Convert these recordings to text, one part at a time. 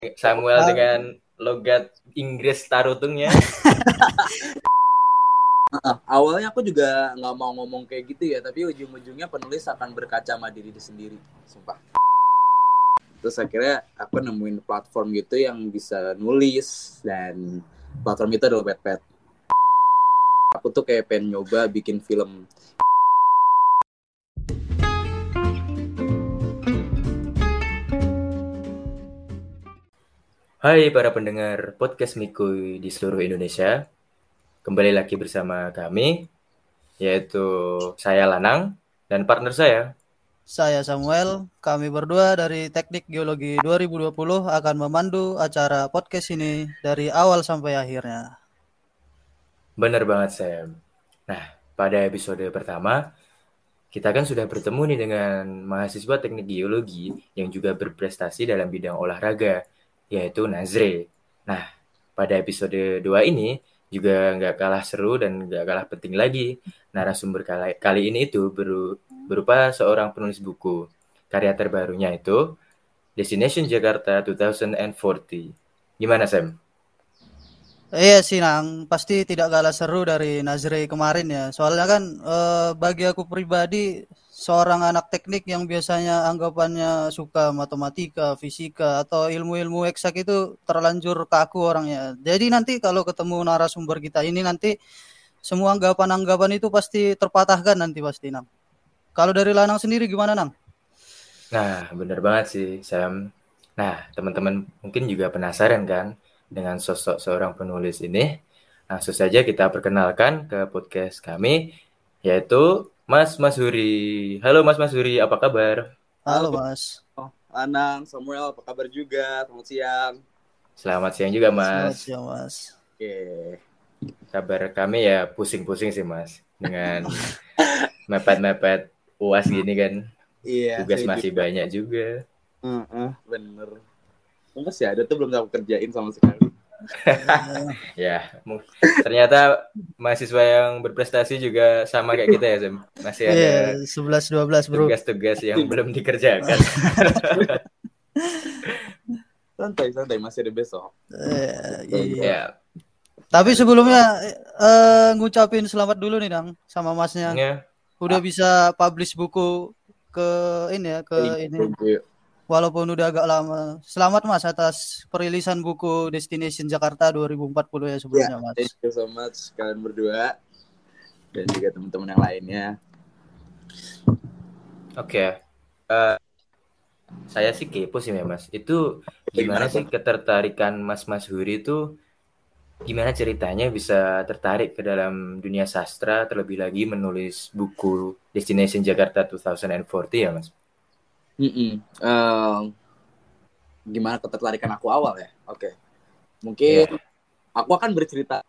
Samuel dengan logat Inggris tarutungnya. Awalnya aku juga nggak mau ngomong kayak gitu ya, tapi ujung-ujungnya penulis akan berkaca sama diri sendiri, sumpah. Terus akhirnya aku nemuin platform gitu yang bisa nulis, dan platform itu adalah Wattpad. Aku tuh kayak pengen nyoba bikin film. Hai para pendengar podcast Mikuy di seluruh Indonesia. Kembali lagi bersama kami, yaitu saya Lanang dan partner Saya Samuel, kami berdua dari Teknik Geologi 2020 akan memandu acara podcast ini dari awal sampai akhirnya. Bener banget, Sam. Nah, pada episode pertama, kita kan sudah bertemu nih dengan mahasiswa teknik geologi yang juga berprestasi dalam bidang olahraga, yaitu Nazre. Nah, pada episode 2 ini juga nggak kalah seru dan nggak kalah penting lagi. Narasumber kali ini itu berupa seorang penulis buku. Karya terbarunya itu Destination Jakarta 2040. Gimana, Sam? Iya sih Nang, pasti tidak kalah seru dari Nazre kemarin ya. Soalnya kan bagi aku pribadi seorang anak teknik yang biasanya anggapannya suka matematika, fisika atau ilmu-ilmu eksak itu terlanjur kaku orangnya. Jadi nanti kalau ketemu narasumber kita ini nanti semua anggapan-anggapan itu pasti terpatahkan nanti pasti Nang. Kalau dari Lanang sendiri gimana Nang? Nah, bener banget sih, Sam. Nah, teman-teman mungkin juga penasaran kan dengan sosok seorang penulis ini. Langsung saja kita perkenalkan ke podcast kami, yaitu Mas Huri. Halo Mas Huri, apa kabar? Halo Halo, Mas. Anang, Samuel, apa kabar juga? Selamat siang. Selamat siang juga, Selamat Mas. siang Mas. Oke. Kabar kami ya pusing-pusing sih, Mas. Dengan mepet-mepet UAS gini kan. Iya, Tugas saya masih juga. banyak juga. Bener. Masih ada tuh belum aku kerjain sama sekali. Ya, ternyata mahasiswa yang berprestasi juga sama kayak kita ya, Sam. Masih ada Iya, 11-12 bro. tugas-tugas yang belum dikerjakan. Santai, masih ada besok. Iya. Ya, Tapi sebelumnya ngucapin selamat dulu nih Dang sama Masnya. ya. Udah bisa publish buku ke ini ya, ke ini. Thank you. Walaupun udah agak lama. Selamat Mas atas perilisan buku Destination Jakarta 2040 ya sebelumnya Mas. Thank you so much kalian berdua dan juga teman-teman yang lainnya. Oke. Saya sih kepo sih ya, Mas. Itu gimana sih tuh? ketertarikan Mas Huri itu, gimana ceritanya bisa tertarik ke dalam dunia sastra, terlebih lagi menulis buku Destination Jakarta 2040 ya, Mas? Gimana ketertarikan aku awal ya? Oke. Mungkin aku akan bercerita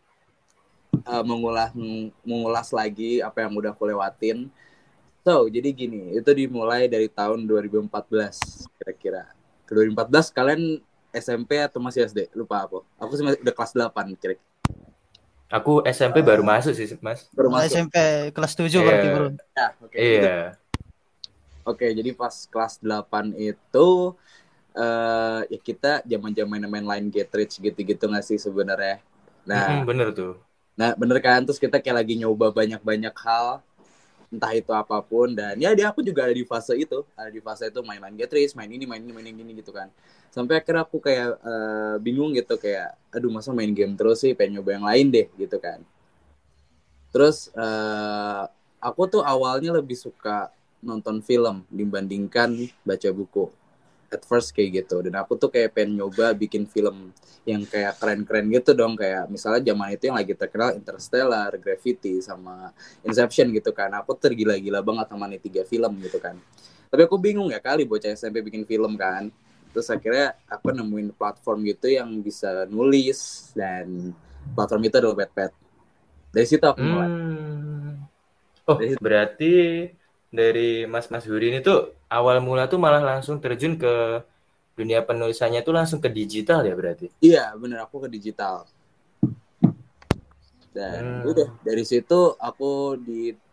mengulas lagi apa yang udah aku lewatin. So, jadi gini, itu dimulai dari tahun 2014 kira-kira. Ke 2014 kalian SMP atau masih SD? Lupa aku. Aku sih udah kelas 8 kira-kira. Aku SMP baru masuk sih, Mas. Baru masuk. SMP kelas 7 berarti bro. Ya, oke. Iya. Oke, jadi pas kelas 8 itu ya kita zaman-zaman main line Get Rich gitu-gitu nggak sih sebenarnya? Nah, bener tuh. Nah, bener kan? Terus kita kayak lagi nyoba banyak-banyak hal, entah itu apapun. Dan ya aku juga ada di fase itu. Ada di fase itu main line Get Rich, main ini gitu kan. Sampai akhirnya aku kayak bingung gitu. Kayak, aduh masa main game terus sih, pengen nyoba yang lain deh gitu kan. Terus aku tuh awalnya lebih suka nonton film dibandingkan baca buku. At first kayak gitu. Dan aku tuh kayak pengen nyoba bikin film yang kayak keren-keren gitu dong. Kayak misalnya zaman itu yang lagi terkenal Interstellar, Gravity, sama Inception gitu kan. Aku tergila-gila banget sama nih 3 film gitu kan. Tapi aku bingung ya kali bocah SMP bikin film kan. Terus akhirnya aku nemuin platform gitu yang bisa nulis. Dan platform itu adalah Wattpad. Dari situ aku mulai. Oh, berarti dari Mas Huri ini tuh awal mula tuh malah langsung terjun ke dunia penulisannya tuh langsung ke digital ya berarti? Iya, bener, aku ke digital. Dan udah dari situ aku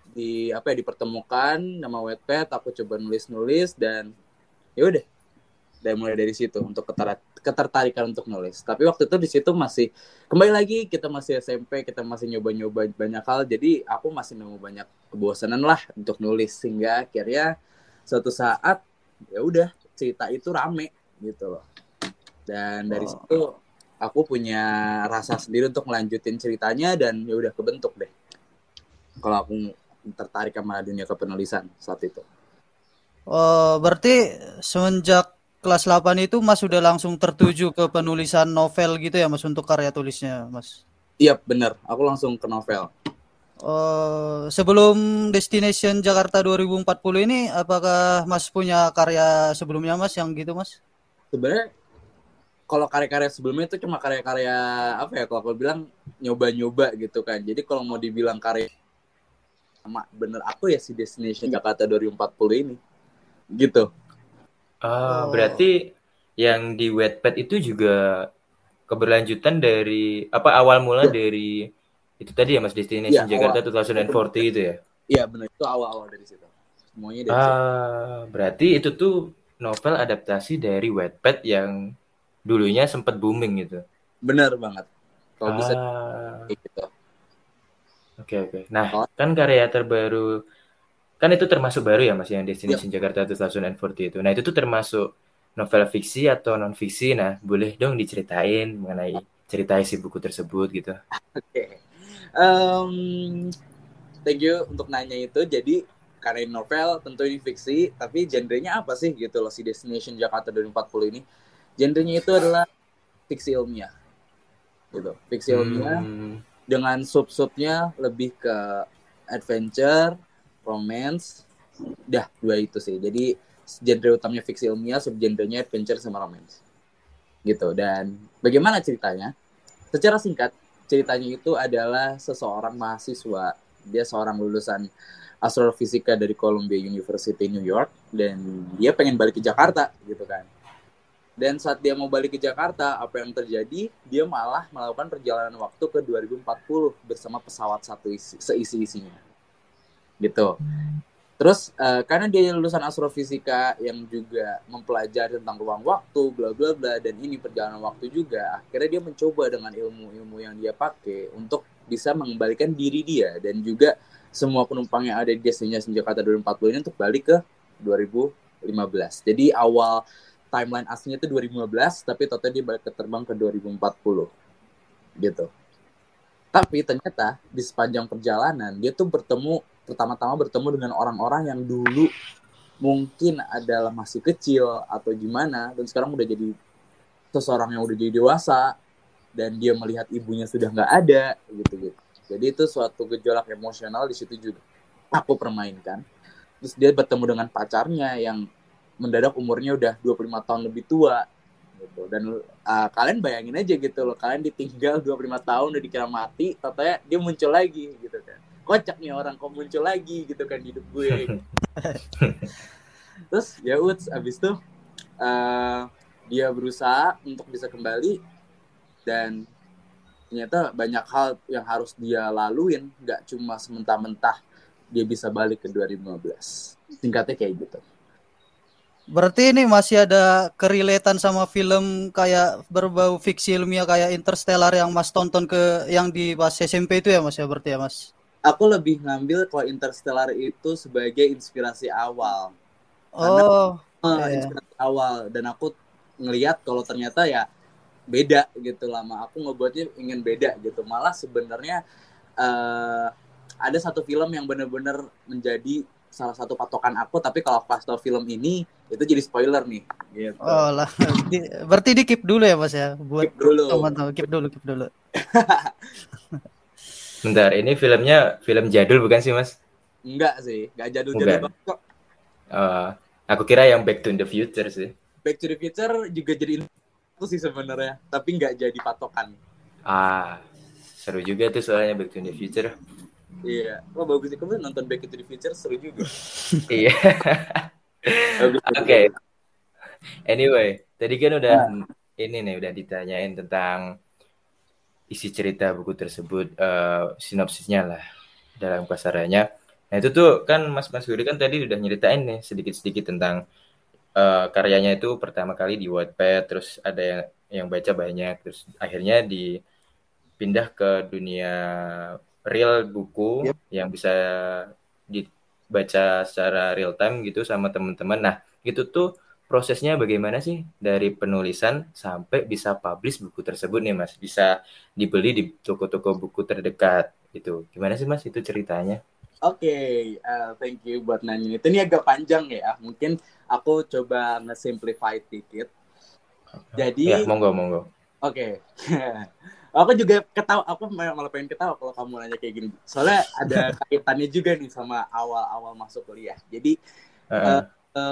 dipertemukan nama Wattpad, aku coba nulis dan ya udah Dan mulai dari situ untuk ketertarikan untuk nulis. Tapi waktu itu di situ masih kembali lagi kita masih SMP, kita masih nyoba-nyoba banyak hal. Jadi aku masih nemu banyak kebosanan lah untuk nulis sehingga akhirnya suatu saat ya udah cerita itu rame gitu loh. Dan dari situ aku punya rasa sendiri untuk melanjutin ceritanya dan ya udah kebentuk deh. Kalau aku tertarik sama dunia kepenulisan saat itu. Berarti semenjak kelas 8 itu Mas sudah langsung tertuju ke penulisan novel gitu ya Mas untuk karya tulisnya Mas? Iya bener, aku langsung ke novel. Sebelum Destination Jakarta 2040 ini apakah Mas punya karya sebelumnya Mas yang gitu Mas? Sebenarnya kalau karya-karya sebelumnya itu cuma karya-karya apa ya, kalau aku bilang nyoba-nyoba gitu kan. Jadi kalau mau dibilang karya sama bener aku ya si Destination Jakarta 2040 ini gitu. Berarti yang di Wattpad itu juga keberlanjutan dari apa awal mula dari itu tadi ya Mas, Destination Jakarta 2040 itu ya? Iya benar, itu awal-awal dari situ. Semuanya dari situ. Berarti itu tuh novel adaptasi dari Wattpad yang dulunya sempat booming gitu. Benar banget. Kalau bisa gitu. Oke. Nah, kan karya terbaru kan itu termasuk baru ya Mas yang Destination Jakarta 2040 itu. Nah, itu tuh termasuk novel fiksi atau non fiksi? Nah, boleh dong diceritain mengenai cerita isi buku tersebut gitu. Oke. Thank you untuk nanya itu. Jadi karya novel tentu ini fiksi, tapi genrenya apa sih gitu loh si Destination Jakarta 2040 ini? Genrenya itu adalah fiksi ilmiah. Gitu. Fiksi ilmiah dengan sub-subnya lebih ke adventure, romance, dah dua itu sih. Jadi genre utamanya fiksi ilmiah, subgenrenya adventure sama romance. Gitu. Dan bagaimana ceritanya? Secara singkat, ceritanya itu adalah seseorang mahasiswa. Dia seorang lulusan astrofisika dari Columbia University New York dan dia pengen balik ke Jakarta gitu kan. Dan saat dia mau balik ke Jakarta, apa yang terjadi? Dia malah melakukan perjalanan waktu ke 2040 bersama pesawat satu seisi-isinya. Gitu. Terus karena dia lulusan astrofisika yang juga mempelajari tentang ruang waktu, bla bla bla, dan ini perjalanan waktu juga, akhirnya dia mencoba dengan ilmu-ilmu yang dia pakai untuk bisa mengembalikan diri dia dan juga semua penumpang yang ada di Destination Jakarta 2040 ini untuk balik ke 2015. Jadi awal timeline aslinya itu 2015, tapi total dia balik terbang ke 2040. Gitu. Tapi ternyata di sepanjang perjalanan dia tuh pertama-tama bertemu dengan orang-orang yang dulu mungkin adalah masih kecil atau gimana, dan sekarang udah jadi seseorang yang udah jadi dewasa dan dia melihat ibunya sudah nggak ada gitu. Jadi itu suatu gejolak emosional di situ juga aku permainkan. Terus dia bertemu dengan pacarnya yang mendadak umurnya udah 25 tahun lebih tua gitu. Dan kalian bayangin aja gitu loh, kalian ditinggal 25 tahun udah dikira mati, katanya dia muncul lagi gitu kan. Kocak nih orang kok muncul lagi gitu kan di hidup gue. Terus ya abis itu dia berusaha untuk bisa kembali dan ternyata banyak hal yang harus dia laluin, gak cuma sementara-mentah dia bisa balik ke 2015. Singkatnya kayak gitu. Berarti ini masih ada kerelatean sama film kayak berbau fiksi ilmiah kayak Interstellar yang Mas tonton yang di pas SMP itu ya Mas ya, berarti ya Mas? Aku lebih ngambil kalau Interstellar itu sebagai inspirasi awal. Inspirasi awal, dan aku ngelihat kalau ternyata ya beda gitu lama. Aku ngebuatnya ingin beda gitu. Malah sebenarnya ada satu film yang benar-benar menjadi salah satu patokan aku, tapi kalau pas tau film ini itu jadi spoiler nih gitu. Oh lah, berarti di keep dulu ya Mas ya, buat teman-teman. Keep dulu. Bentar, ini filmnya film jadul bukan sih Mas? Enggak sih, enggak jadul-jadul banget kok. Aku kira yang Back to the Future sih. Back to the Future juga jadi itu sih sebenarnya, tapi enggak jadi patokan. Seru juga tuh soalnya Back to the Future. Iya, bagus sih, kamu nonton Back to the Future, seru juga. Iya. Oke. Anyway, tadi kan udah ditanyain tentang isi cerita buku tersebut, sinopsisnya lah dalam kasarannya. Nah itu tuh kan Mas Huri kan tadi udah nyeritain nih sedikit-sedikit tentang karyanya itu pertama kali di Wattpad, terus ada yang baca banyak, terus akhirnya dipindah ke dunia real buku Yep. yang bisa dibaca secara real time gitu sama teman-teman. Nah, itu tuh prosesnya bagaimana sih dari penulisan sampai bisa publish buku tersebut nih Mas? Bisa dibeli di toko-toko buku terdekat gitu. Gimana sih Mas itu ceritanya? Oke, thank you buat nanya itu. Ini agak panjang ya. Mungkin aku coba nge-simplify dikit. Ya, Jadi, monggo. oke. Aku juga ketawa, aku malah pengen ketawa kalau kamu nanya kayak gini. Soalnya ada kaitannya juga nih sama awal-awal masuk kuliah. Jadi, Heeh.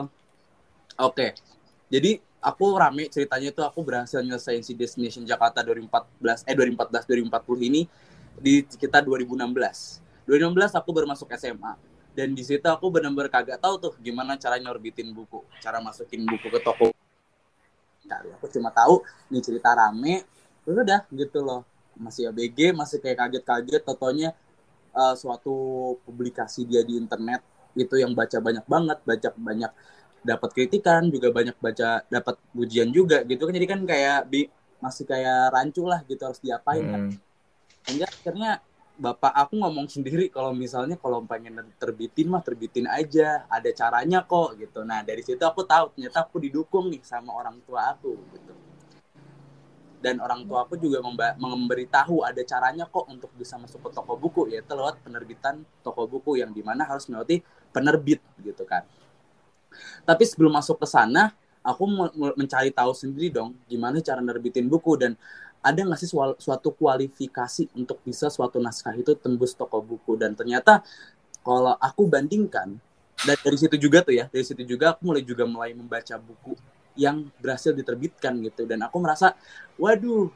oke. Jadi aku rame ceritanya itu aku berhasil nyelesain si Destination Jakarta 2040 ini di sekitar 2016. 2016 aku baru masuk SMA. Dan di situ aku benar-benar kagak tahu tuh gimana cara norbitin buku, cara masukin buku ke toko. Nah, aku cuma tahu nih cerita rame, terus udah gitu loh. Masih ABG, masih kayak kaget-kaget, totonya suatu publikasi dia di internet itu yang baca banyak banget, baca banyak, dapat kritikan juga banyak, baca dapat pujian juga gitu kan. Jadi kan kayak masih kayak rancu lah gitu, harus diapain kan. Hingga akhirnya bapak aku ngomong sendiri kalau misalnya kalau pengen terbitin mah terbitin aja, ada caranya kok gitu. Nah dari situ aku tahu ternyata aku didukung nih sama orang tua aku gitu. Dan orang tua aku juga memberitahu ada caranya kok untuk bisa masuk ke toko buku, yaitu lewat penerbitan toko buku yang dimana harus melewati penerbit gitu kan. Tapi sebelum masuk ke sana, aku mencari tahu sendiri dong gimana cara nerbitin buku, dan ada nggak sih suatu kualifikasi untuk bisa suatu naskah itu tembus toko buku. Dan ternyata kalau aku bandingkan, dan dari situ juga aku mulai membaca buku yang berhasil diterbitkan gitu, dan aku merasa waduh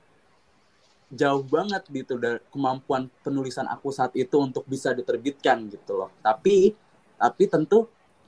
jauh banget gitu dari kemampuan penulisan aku saat itu untuk bisa diterbitkan gitu loh. Tapi tentu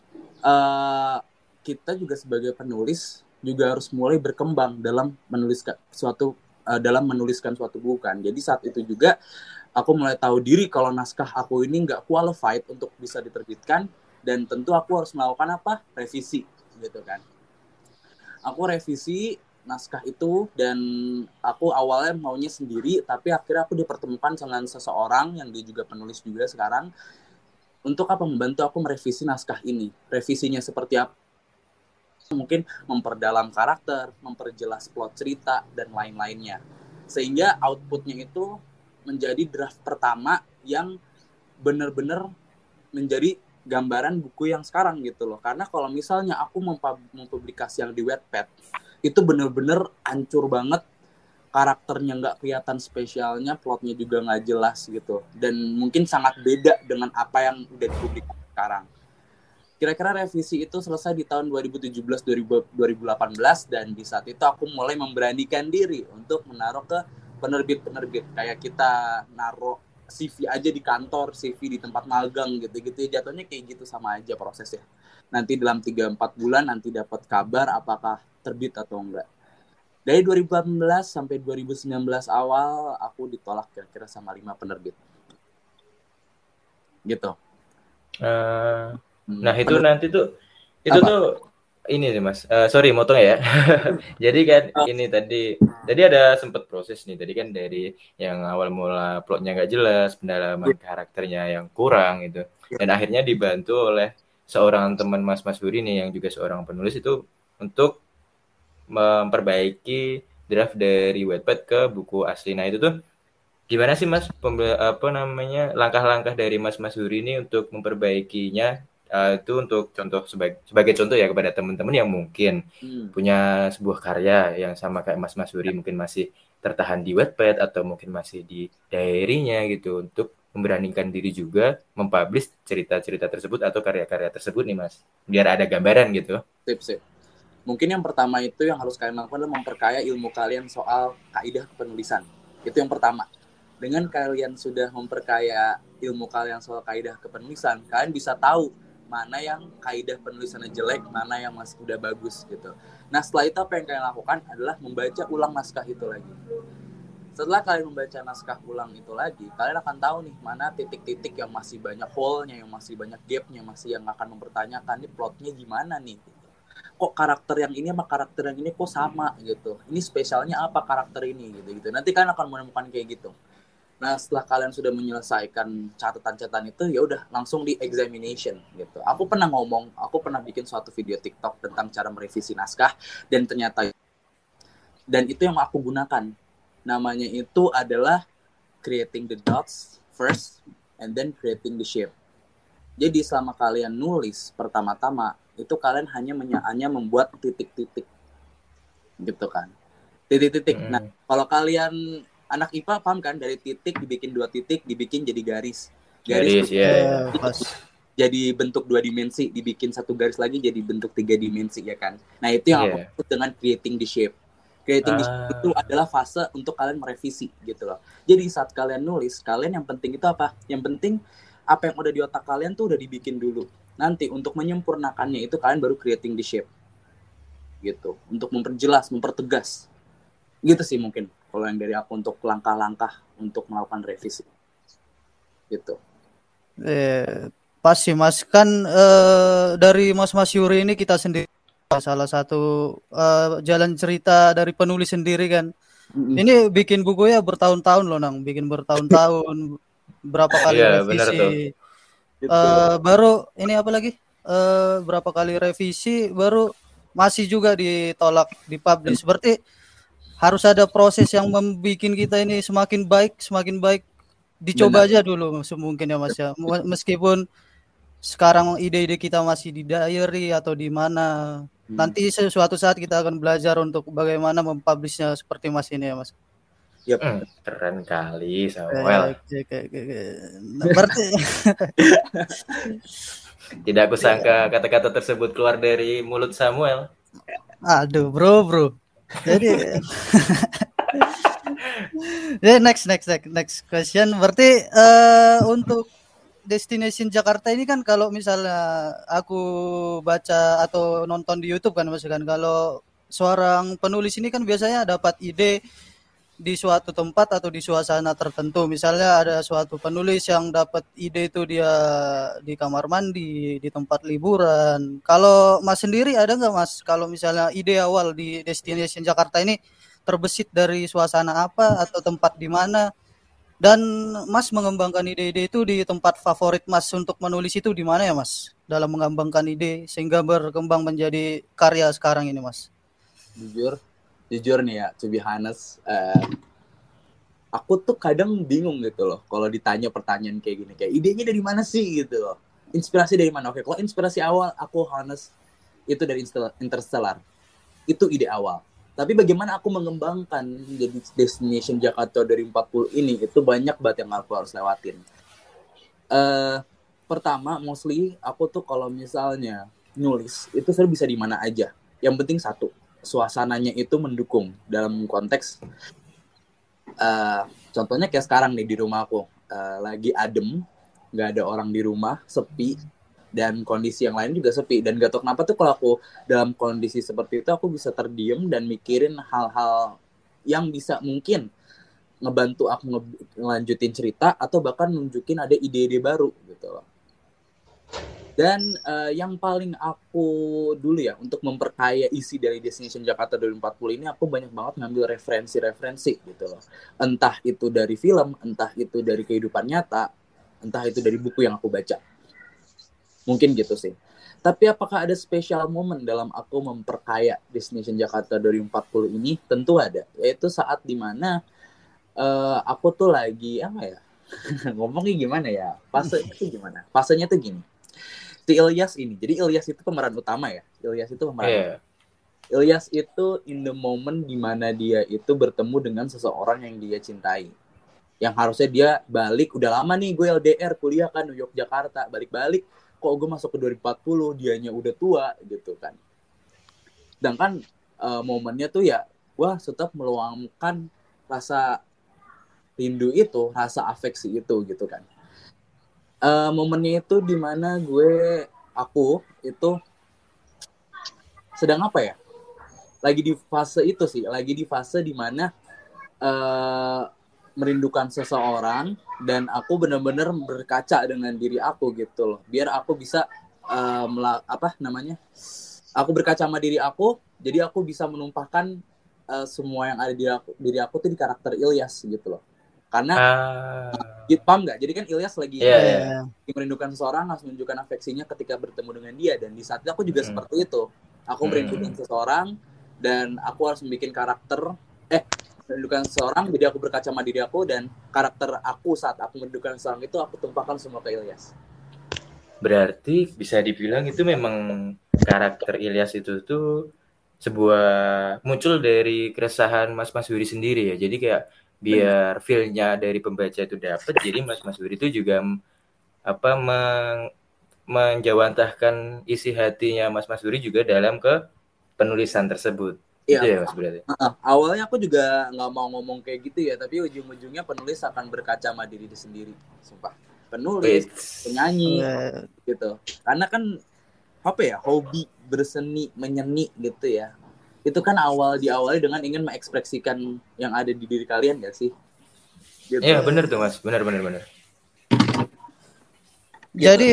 kita juga sebagai penulis juga harus mulai berkembang dalam menuliskan suatu buku kan. Jadi saat itu juga aku mulai tahu diri kalau naskah aku ini nggak qualified untuk bisa diterbitkan, dan tentu aku harus melakukan apa? Revisi gitu kan. Aku revisi naskah itu, dan aku awalnya maunya sendiri, tapi akhirnya aku dipertemukan dengan seseorang yang dia juga penulis juga sekarang, untuk apa? Membantu aku merevisi naskah ini. Revisinya seperti apa? Mungkin memperdalam karakter, memperjelas plot cerita, dan lain-lainnya. Sehingga outputnya itu menjadi draft pertama yang benar-benar menjadi gambaran buku yang sekarang gitu loh. Karena kalau misalnya aku mempublikasi yang di Wattpad, itu bener-bener hancur banget, karakternya nggak kelihatan spesialnya, plotnya juga nggak jelas gitu, dan mungkin sangat beda dengan apa yang udah dipublikasi sekarang. Kira-kira revisi itu selesai di tahun 2017-2018, dan di saat itu aku mulai memberanikan diri untuk menaruh ke penerbit-penerbit. Kayak kita naruh CV aja di kantor, CV di tempat magang gitu-gitu, jatuhnya kayak gitu, sama aja prosesnya. Nanti dalam 3-4 bulan nanti dapat kabar apakah terbit atau enggak. Dari 2018 sampai 2019 awal aku ditolak kira-kira sama 5 penerbit. Gitu. Nah itu nanti tuh itu Apa? tuh ini nih Mas, sorry motong ya. Jadi kan ini tadi ada sempat proses nih. Tadi kan dari yang awal mula plotnya nggak jelas, pendalaman karakternya yang kurang gitu, dan akhirnya dibantu oleh seorang teman Mas Huri nih yang juga seorang penulis itu untuk memperbaiki draft dari Wattpad ke buku asli. Nah itu tuh gimana sih Mas langkah-langkah dari Mas Huri ini untuk memperbaikinya? Itu untuk contoh sebagai contoh ya kepada teman-teman yang mungkin punya sebuah karya yang sama kayak Mas Huri, mungkin masih tertahan di Wattpad atau mungkin masih di diary-nya gitu, untuk memberanikan diri juga mempublish cerita-cerita tersebut atau karya-karya tersebut nih Mas, biar ada gambaran gitu. Sip. Mungkin yang pertama itu yang harus kalian lakukan adalah memperkaya ilmu kalian soal kaidah kepenulisan. Itu yang pertama. Dengan kalian sudah memperkaya ilmu kalian soal kaidah kepenulisan, kalian bisa tahu mana yang kaidah penulisannya jelek, mana yang masih udah bagus gitu. Nah setelah itu apa yang kalian lakukan adalah membaca ulang naskah itu lagi. Setelah kalian membaca naskah ulang itu lagi, kalian akan tahu nih mana titik-titik yang masih banyak hole-nya, yang masih banyak gap-nya, masih yang akan mempertanyakan nih plotnya gimana nih gitu. kok karakter yang ini sama karakter yang ini kok sama gitu, ini spesialnya apa karakter ini gitu. Nanti kan akan menemukan kayak gitu. Nah, setelah kalian sudah menyelesaikan catatan-catatan itu, ya udah langsung di examination gitu. Aku pernah bikin suatu video TikTok tentang cara merevisi naskah, dan ternyata itu yang aku gunakan. Namanya itu adalah creating the dots first and then creating the shape. Jadi selama kalian nulis pertama-tama itu kalian hanya membuat titik-titik gitu kan. Titik-titik. Nah, kalau kalian anak IPA paham kan, dari titik dibikin 2 titik, dibikin jadi garis. Garis ya. Pas. Jadi bentuk 2 dimensi, dibikin 1 garis lagi jadi bentuk 3 dimensi ya kan. Nah, itu yang aku maksud dengan creating the shape. Creating the shape itu adalah fase untuk kalian merevisi gitu loh. Jadi saat kalian nulis, kalian yang penting itu apa? Yang penting apa yang udah di otak kalian tuh udah dibikin dulu. Nanti untuk menyempurnakannya itu kalian baru creating the shape. Gitu. Untuk memperjelas, mempertegas. Gitu sih mungkin kalau yang dari aku untuk langkah-langkah untuk melakukan revisi gitu. Pas sih Mas, kan dari Mas Yuri ini kita sendiri salah satu jalan cerita dari penulis sendiri kan. Ini bikin buku ya bertahun-tahun loh Nang, bikin bertahun-tahun, berapa kali revisi. Baru ini apa lagi? Berapa kali revisi baru masih juga ditolak, dipublish. Berarti harus ada proses yang membuat kita ini semakin baik. Dicoba aja dulu semungkin ya Mas ya. Meskipun sekarang ide-ide kita masih di diary atau di mana. Nanti suatu saat kita akan belajar untuk bagaimana mempublishnya seperti Mas ini ya Mas. Keren kali Samuel. Berarti tidak aku sangka kata-kata tersebut keluar dari mulut Samuel. Aduh bro. Jadi next question. Berarti untuk Destination Jakarta ini kan kalau misalnya aku baca atau nonton di YouTube kan Mas kan, kalau seorang penulis ini kan biasanya dapat ide di suatu tempat atau di suasana tertentu. Misalnya ada suatu penulis yang dapat ide itu dia di kamar mandi, di tempat liburan. Kalau Mas sendiri ada nggak Mas, kalau misalnya ide awal di Destination Jakarta ini terbesit dari suasana apa atau tempat di mana? Dan Mas mengembangkan ide-ide itu di tempat favorit Mas untuk menulis itu di mana ya Mas? Dalam mengembangkan ide sehingga berkembang menjadi karya sekarang ini Mas. Jujur nih ya, to be honest, aku tuh kadang bingung gitu loh kalau ditanya pertanyaan kayak gini, kayak idenya dari mana sih gitu loh, inspirasi dari mana. Oke, kalau inspirasi awal aku honest itu dari Interstellar, itu ide awal. Tapi bagaimana aku mengembangkan jadi Destination Jakarta 2040 ini, itu banyak banget yang aku harus lewatin. Pertama, mostly aku tuh kalau misalnya nulis itu saya bisa di mana aja. Yang penting satu, suasananya itu mendukung dalam konteks contohnya kayak sekarang nih di rumah aku, lagi adem, nggak ada orang di rumah, sepi, dan kondisi yang lain juga sepi. Dan gak tau kenapa tuh kalau aku dalam kondisi seperti itu aku bisa terdiam dan mikirin hal-hal yang bisa mungkin ngebantu aku ngelanjutin cerita atau bahkan nunjukin ada ide-ide baru gitu loh. Dan yang paling aku dulu ya untuk memperkaya isi dari Destination Jakarta 2040 ini, aku banyak banget ngambil referensi gitu loh. Entah itu dari film, entah itu dari kehidupan nyata, entah itu dari buku yang aku baca. Mungkin gitu sih. Tapi apakah ada special moment dalam aku memperkaya Destination Jakarta 2040 ini? Tentu ada. Yaitu saat dimana aku tuh lagi, apa ya? Ngomongnya gimana ya? Fasenya tuh gini. Si Ilyas ini. Jadi Ilyas itu pemeran utama ya. Ilyas itu in the moment dimana dia itu bertemu dengan seseorang yang dia cintai. Yang harusnya dia balik, udah lama nih gue LDR kuliah kan New York Jakarta, balik-balik kok gue masuk ke 2040, dianya udah tua gitu kan. Sedangkan momennya tuh ya gue tetap meluangkan rasa rindu itu, rasa afeksi itu gitu kan. Momennya itu dimana aku itu sedang apa ya, lagi di fase itu sih, lagi di fase dimana merindukan seseorang, dan aku benar-benar berkaca dengan diri aku gitu loh, biar aku bisa aku berkaca sama diri aku, jadi aku bisa menumpahkan semua yang ada di diri aku tuh di karakter Ilyas gitu loh. Karena paham nggak? Jadi kan Ilyas lagi merindukan seseorang, harus menunjukkan afeksinya ketika bertemu dengan dia, dan di saat itu aku juga seperti itu. Aku merindukan seseorang dan aku harus membuat karakter merindukan seseorang, jadi aku berkaca sama diri aku, dan karakter aku saat aku merindukan seseorang itu aku tumpahkan semua ke Ilyas. Berarti bisa dibilang itu memang karakter Ilyas itu tuh sebuah muncul dari keresahan Mas Yuri sendiri ya. Jadi kayak biar feel-nya dari pembaca itu dapat, jadi Mas Yuri itu juga menjawantahkan isi hatinya Mas Yuri juga dalam ke penulisan tersebut. Itu ya Mas berarti. Awalnya aku juga nggak mau ngomong kayak gitu ya, tapi ujung-ujungnya penulis akan berkaca sama diri sendiri, sumpah. Penulis, penyanyi, gitu. Karena kan hobi berseni, menyeni gitu ya. Itu kan diawali dengan ingin mengekspresikan yang ada di diri kalian gak sih? Gitu. Iya benar tuh Mas, benar. Jadi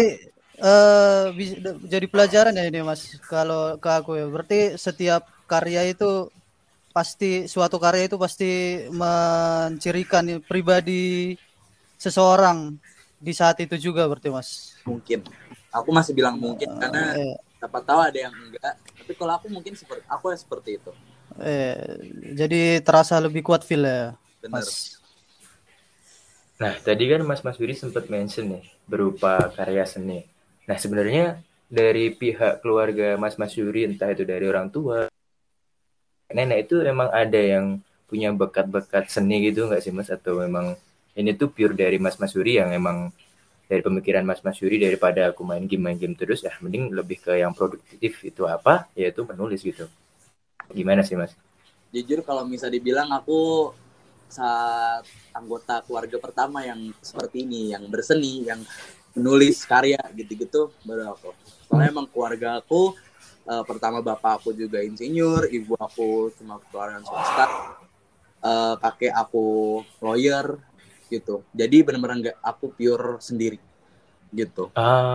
jadi pelajaran ya ini Mas kalau ke aku ya. Berarti setiap karya itu suatu karya itu pasti mencirikan pribadi seseorang di saat itu juga berarti Mas. Mungkin. Aku masih bilang mungkin karena siapa tahu ada yang enggak. Tapi kalau aku mungkin seperti itu. Jadi terasa lebih kuat feel ya. Benar. Mas. Nah, tadi kan Mas Yuri sempat mention nih berupa karya seni. Nah, sebenarnya dari pihak keluarga Mas Yuri, entah itu dari orang tua, nenek itu emang ada yang punya bakat-bakat seni gitu nggak sih Mas? Atau memang ini tuh pure dari Mas Yuri yang emang dari pemikiran Mas Yuri, daripada aku main game terus, mending lebih ke yang produktif itu apa, yaitu menulis gitu. Gimana sih Mas? Jujur kalau misalnya dibilang aku saat anggota keluarga pertama yang seperti ini, yang berseni, yang menulis karya gitu-gitu baru aku. Soalnya emang keluarga aku pertama bapak aku juga insinyur, ibu aku cuma keluarga swasta, kakek aku lawyer gitu. Jadi benar-benar aku pure sendiri gitu.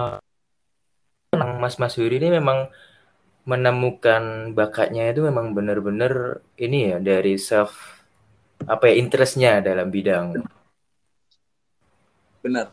Mas Yuri ini memang menemukan bakatnya itu memang benar-benar ini ya, dari interestnya dalam bidang. Benar.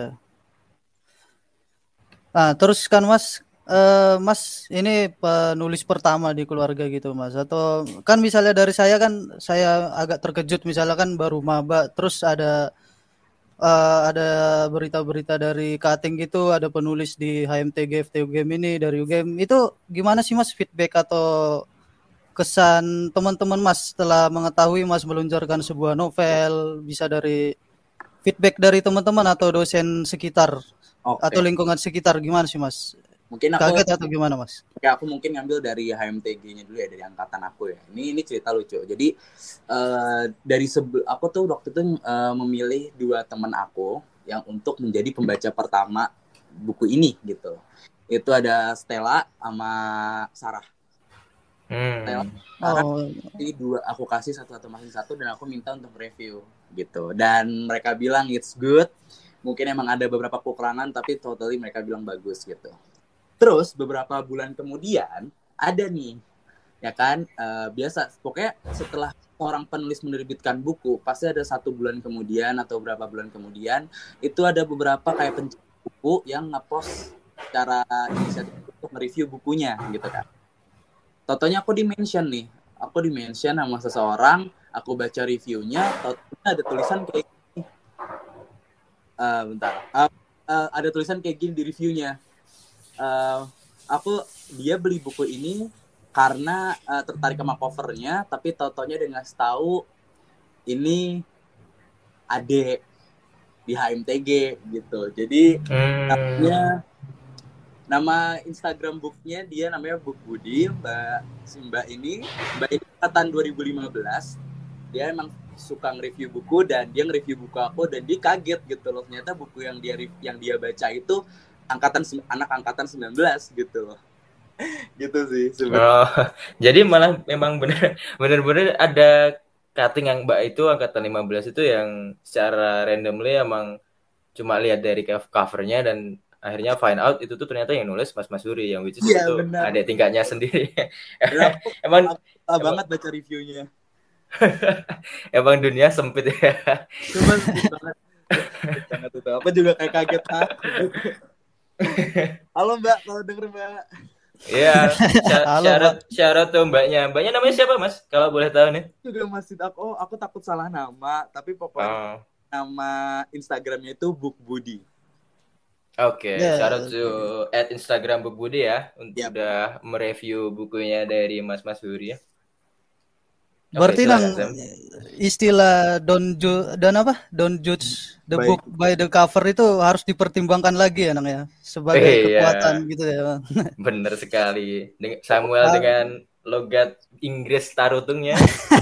Nah, terus kan Mas ini penulis pertama di keluarga gitu Mas, atau kan misalnya dari saya kan saya agak terkejut misalnya kan baru maba terus ada berita-berita dari cutting gitu, ada penulis di HMTG FTU Game ini dari UGM. Itu gimana sih Mas feedback atau kesan teman-teman Mas setelah mengetahui Mas meluncurkan sebuah novel, bisa dari feedback dari teman-teman atau dosen sekitar atau lingkungan sekitar, gimana sih Mas? Mungkin aku kaget atau gimana Mas? Aku mungkin ngambil dari HMTG-nya dulu ya, dari angkatan aku ya. Ini cerita lucu. Jadi aku tuh waktu itu memilih 2 teman aku yang untuk menjadi pembaca pertama buku ini gitu. Itu ada Stella sama Sarah. Stella, aku kasih satu masing satu dan aku minta untuk review gitu. Dan mereka bilang it's good. Mungkin emang ada beberapa kekurangan tapi totally mereka bilang bagus gitu. Terus beberapa bulan kemudian ada nih, ya kan, biasa pokoknya setelah orang penulis menerbitkan buku pasti ada 1 bulan kemudian atau berapa bulan kemudian itu ada beberapa kayak pencari buku yang ngepost secara inisiatif untuk mereview bukunya gitu kan. Totonya aku di-mention sama seseorang, aku baca reviewnya, totonya ada tulisan kayak gini. Ada tulisan kayak gini di reviewnya. Dia beli buku ini karena tertarik sama covernya, tapi totonya dia ngasih tahu ini adik di HMTG gitu. Jadi nama Instagram booknya dia namanya Book Budi, Mbak ini angkatan 2015. Dia emang suka nge-review buku dan dia nge-review buku aku dan dia kaget gitu loh, ternyata buku yang dia baca itu anak angkatan 19 gitu loh. Gitu sih sebenarnya. Jadi malah memang benar-benar ada cutting yang Mbak itu angkatan 15 itu yang secara randomly emang cuma lihat dari covernya dan akhirnya find out itu tuh ternyata yang nulis Mas Masuri, yang which is Iya, itu benar. ada tingkatnya sendiri. Dan aku emang suka banget baca reviewnya. emang dunia sempit ya. Cuma sempit banget. Sempit banget itu. Aku juga kayak kaget. Halo Mbak, kalau denger Mbak. Iya, Halo, Pak. syarat tuh mbaknya. Mbaknya namanya siapa, Mas? Kalau boleh tahu nih. Juga masih aku takut salah nama, tapi pokoknya Oh, nama Instagramnya itu Book Budi. oke. Ya, Syarat oke. to Instagram Buk Budi ya, Yap. udah mereview bukunya dari Mas Masuri ya. Oke, Berarti Nang, silakan Sam. istilah don't judge the Baik. book by the cover itu harus dipertimbangkan lagi ya Nang ya, sebagai kekuatan Iya, gitu ya. bener sekali. Samuel dengan logat Inggris tarutungnya.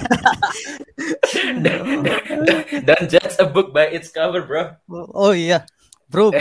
Don't judge a book by its cover, bro. Oh iya, bro.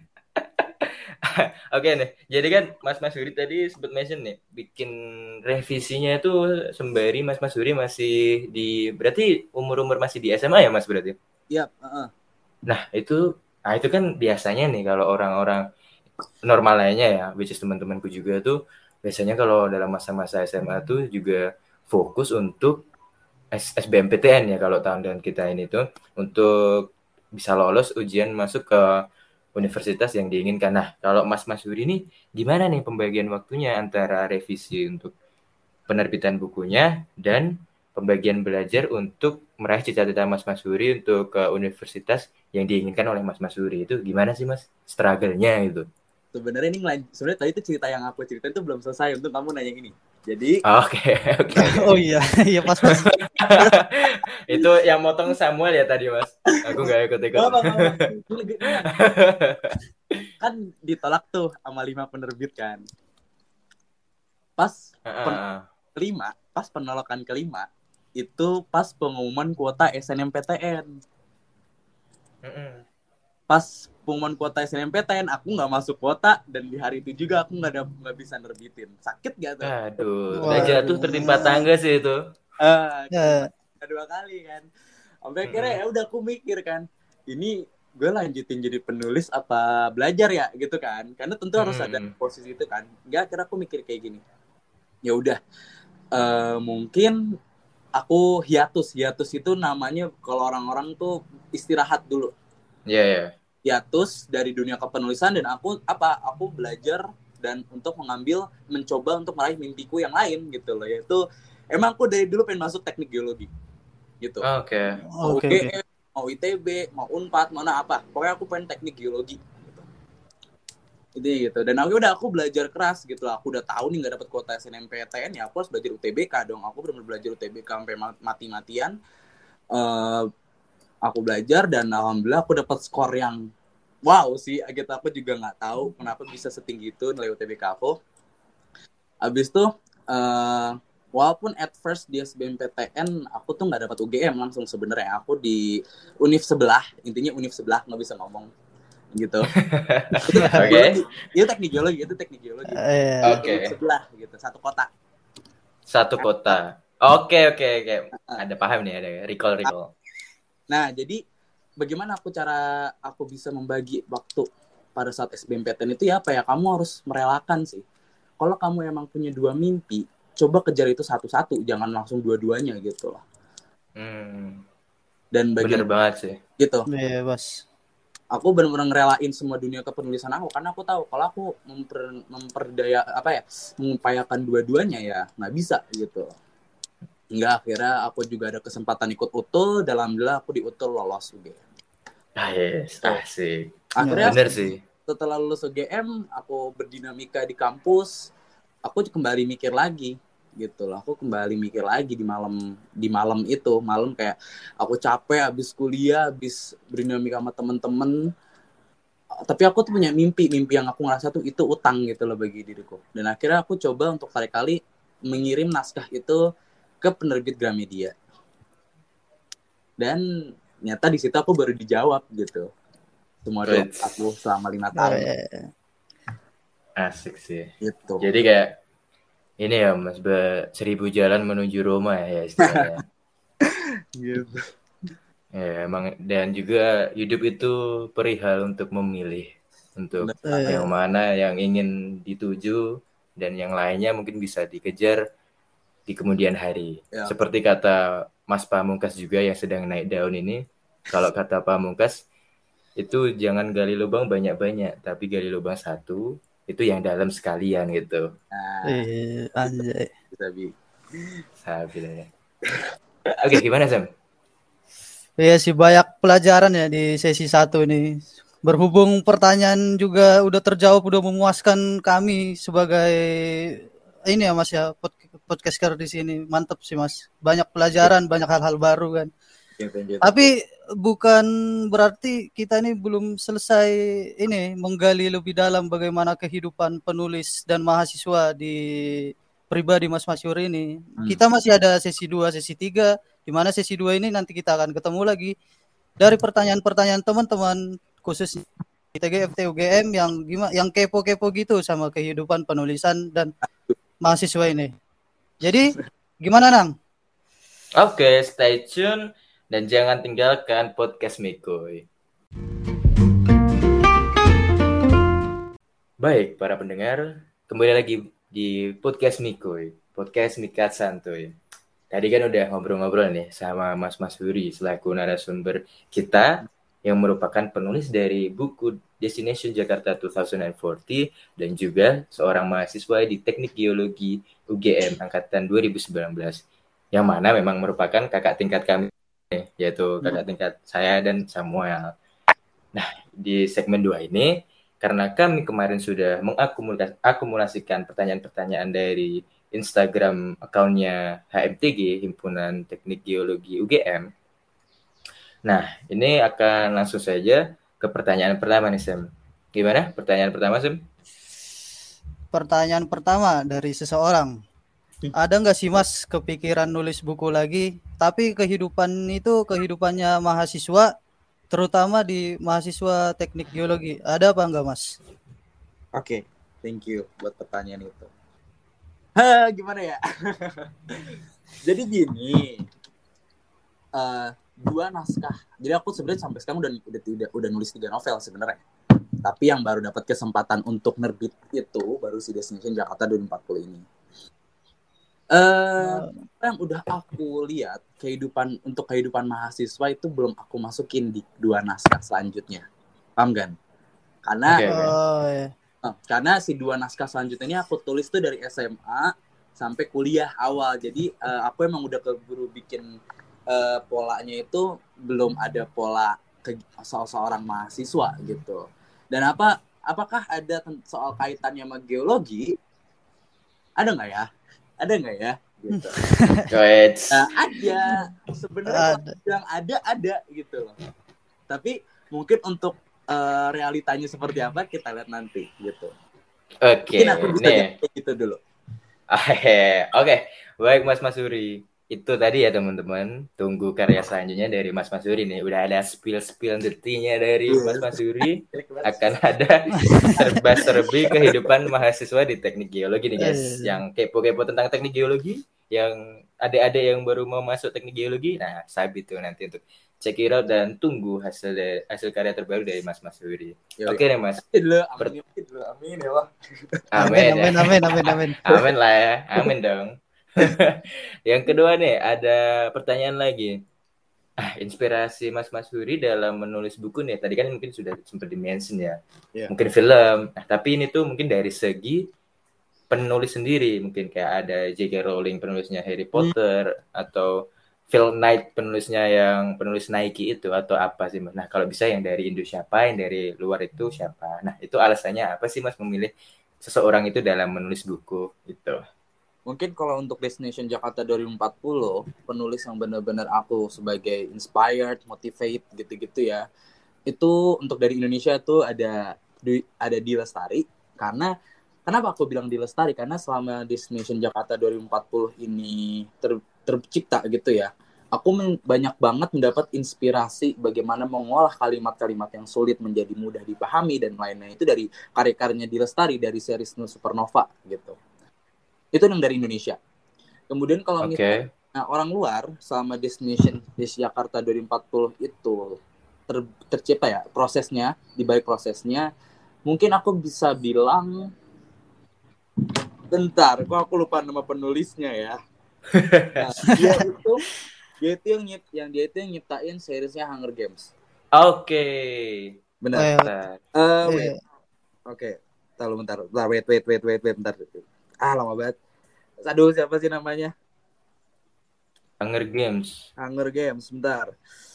Oke nih, jadi kan Mas Masuri tadi sempat mention nih, bikin revisinya itu sembari Mas Masuri masih berarti umur-umur masih di SMA ya Mas berarti? Yap. Nah itu kan biasanya nih kalau orang-orang normal lainnya ya, which is teman-temanku juga tuh, biasanya kalau dalam masa-masa SMA tuh juga fokus untuk SBMPTN ya kalau tahun kita ini tuh, untuk bisa lolos ujian masuk ke universitas yang diinginkan. Nah, kalau Mas Masuri ini gimana nih pembagian waktunya antara revisi untuk penerbitan bukunya dan pembagian belajar untuk meraih cita-cita Mas Masuri untuk ke universitas yang diinginkan oleh Mas Masuri itu gimana sih Mas? Struggle-nya itu. Sebenarnya sebenarnya tadi itu cerita yang aku ceritain itu belum selesai untuk kamu nanya ini. Jadi Oke. Oh iya, iya pas. Itu yang motong Samuel ya tadi Mas. Aku nggak ikut-ikut. Kan ditolak tuh sama 5 penerbit kan. Pas penolakan kelima itu pas pengumuman kuota SNMPTN. Pas pengumuman kuota SNMPTN aku nggak masuk kuota, dan di hari itu juga aku nggak bisa nerbitin. Sakit gak tuh? Aduh, udah jatuh tertimpa tangga sih itu. Dua kali kan. Sampai akhirnya ya udah aku mikir kan, ini gue lanjutin jadi penulis apa belajar ya gitu kan, karena tentu harus ada posisi itu kan. Nggak, akhirnya aku mikir kayak gini, ya udah mungkin aku hiatus itu namanya kalau orang-orang tuh istirahat dulu. Iya. Hiatus dari dunia kepenulisan, dan aku belajar dan untuk mencoba untuk meraih mimpiku yang lain gitu loh, yaitu emang aku dari dulu pengen masuk teknik geologi gitu. Oke. Mau UGM, mau ITB, mau Unpad, mana apa, pokoknya aku pengen teknik geologi gitu. Gitu. Dan aku belajar keras gitu lah. Aku udah tahu nih nggak dapat kuota SNMPTN, ya aku harus belajar UTBK dong. Aku benar-benar belajar UTBK sampai mati-matian. Aku belajar dan alhamdulillah aku dapat skor yang wow sih. Gitu, aku juga nggak tahu kenapa bisa setinggi itu nilai UTBK aku. Abis itu walaupun at first di SBMPTN aku tuh nggak dapat UGM langsung sebenarnya. Aku di univ sebelah, intinya univ sebelah, nggak bisa ngomong gitu. Oke. Itu teknik geologi. Oke. Sebelah gitu, satu kota. Oke. Ada paham nih, ada recall. Nah, jadi bagaimana cara aku bisa membagi waktu pada saat SBMPTN itu ya apa ya, kamu harus merelakan sih. Kalau kamu emang punya 2 mimpi, coba kejar itu satu-satu, jangan langsung dua-duanya gitu lah. Dan bener banget sih. Gitu. Iya, Bos. Aku benar-benar ngerelain semua dunia kepenulisan aku, karena aku tahu kalau aku mengupayakan dua-duanya ya nggak bisa gitu. Hingga akhirnya aku juga ada kesempatan ikut UTUL, dan alhamdulillah aku di UTUL lolos UGM. Yes, asik. Akhirnya bener sih. Setelah lulus UGM, aku berdinamika di kampus, aku kembali mikir lagi gitu loh. Aku kembali mikir lagi di malam itu, malam kayak aku capek habis kuliah, habis berdinamika sama temen-temen. Tapi aku tuh punya mimpi yang aku ngerasa tuh itu utang gitu loh bagi diriku. Dan akhirnya aku coba untuk kali-kali mengirim naskah itu ke penerbit Gramedia. Dan ternyata di situ aku baru dijawab gitu. Semua doa aku selama 5 tahun. Asik sih. Gitu. Jadi kayak ini ya Mas, 1000 jalan menuju Roma ya istilahnya. Gitu. Ya emang, dan juga hidup itu perihal untuk memilih untuk Benar. yang mana yang ingin dituju dan yang lainnya mungkin bisa dikejar di kemudian hari. Ya. Seperti kata Mas Pamungkas juga yang sedang naik daun ini, kalau kata Pamungkas itu jangan gali lubang banyak-banyak, tapi gali lubang satu, itu yang dalam sekalian gitu. Nah, Anjay. Sabi. Sabi. Oke, gimana Sam? Iya sih banyak pelajaran ya di sesi 1 ini. Berhubung pertanyaan juga udah terjawab, udah memuaskan kami sebagai ini ya Mas ya, podcaster di sini. Mantap sih Mas. Banyak pelajaran, banyak hal-hal baru kan. Tapi bukan berarti kita ini belum selesai ini menggali lebih dalam bagaimana kehidupan penulis dan mahasiswa di pribadi Mas Masyur ini. Kita masih ada sesi 2, sesi 3, di mana sesi 2 ini nanti kita akan ketemu lagi dari pertanyaan-pertanyaan teman-teman khusus ITG FT UGM yang kepo-kepo gitu sama kehidupan penulisan dan mahasiswa ini. Jadi gimana Nang? Oke, stay tune dan jangan tinggalkan podcast Mikoy. Baik, para pendengar, kembali lagi di podcast Mikoy, podcast Mikat Santuy. Tadi kan udah ngobrol-ngobrol nih sama Mas Huri selaku narasumber kita yang merupakan penulis dari buku Destination Jakarta 2040 dan juga seorang mahasiswa di Teknik Geologi UGM angkatan 2019. Yang mana memang merupakan kakak tingkat kami, yaitu kakak tingkat saya dan Samuel. Nah, di segmen 2 ini, karena kami kemarin sudah mengakumulasikan pertanyaan-pertanyaan dari Instagram akunnya HMTG, Himpunan Teknik Geologi UGM. Nah, ini akan langsung saja ke pertanyaan pertama nih, Sam. Gimana pertanyaan pertama, Sam? Pertanyaan pertama dari seseorang. Ada nggak sih Mas kepikiran nulis buku lagi? Tapi kehidupannya mahasiswa, terutama di mahasiswa teknik geologi. Ada apa enggak Mas? Oke, thank you buat pertanyaan itu. Gimana ya? Jadi gini, 2 naskah. Jadi aku sebenarnya sampai sekarang udah nulis 3 novel sebenarnya. Tapi yang baru dapat kesempatan untuk nerbit itu baru si Destination Jakarta 2040 ini. Yang udah aku lihat kehidupan mahasiswa itu belum aku masukin di 2 naskah selanjutnya, paham kan? Karena karena si 2 naskah selanjutnya ini aku tulis tuh dari SMA sampai kuliah awal. Jadi aku emang udah keburu bikin polanya itu belum ada pola seorang mahasiswa gitu. Dan apakah ada soal kaitannya sama geologi? Ada nggak ya? Gitu. Nah, ada sebenarnya yang ada gitu loh. Tapi mungkin untuk realitanya seperti apa kita lihat nanti gitu. Oke, mungkin aku bisa gitu dulu. Oke, baik Mas Huri. Itu tadi ya teman-teman, tunggu karya selanjutnya dari Mas Huri nih. Udah ada spill detinya dari Mas Huri. Akan ada serba-serbi kehidupan mahasiswa di teknik geologi nih guys. Yang kepo-kepo tentang teknik geologi, yang adik-adik yang baru mau masuk teknik geologi, nah sabit tuh nanti untuk check it out dan tunggu hasil karya terbaru dari Mas Huri. Oke nih Mas. Amin ya Allah. Amin lah ya. Amin dong. Yang kedua nih, ada pertanyaan lagi. Inspirasi Mas Huri dalam menulis buku nih, tadi kan mungkin sudah sempat di-mention ya. Mungkin film. Tapi ini tuh mungkin dari segi penulis sendiri. Mungkin kayak ada J.K. Rowling penulisnya Harry Potter, atau Phil Knight penulisnya yang penulis Nike itu, atau apa sih Mas? Nah, kalau bisa yang dari Indo siapa, yang dari luar itu siapa? Nah, itu alasannya apa sih Mas memilih seseorang itu dalam menulis buku itu? Mungkin kalau untuk Destination Jakarta 2040, penulis yang benar-benar aku sebagai inspired, motivate gitu-gitu ya. Itu untuk dari Indonesia tuh ada Di Lestari. Karena kenapa aku bilang Di Lestari? Karena selama Destination Jakarta 2040 ini tercipta gitu ya. Aku banyak banget mendapat inspirasi bagaimana mengolah kalimat-kalimat yang sulit menjadi mudah dipahami dan lainnya itu dari karya-karyanya Di Lestari dari series No Supernova gitu. Itu yang dari Indonesia. Kemudian kalau misalnya orang luar selama Destination Jakarta 2040 itu tercipta ya prosesnya, di balik prosesnya Mungkin aku bisa bilang, bentar, kok aku lupa nama penulisnya ya. Nah, dia itu yang nyiptain seriesnya Hunger Games. Oke. Benar. Bentar. Wait. Oke. Bentar. Wait. Bentar. Lama banget. Aduh, siapa sih namanya? Hunger Games. Bentar.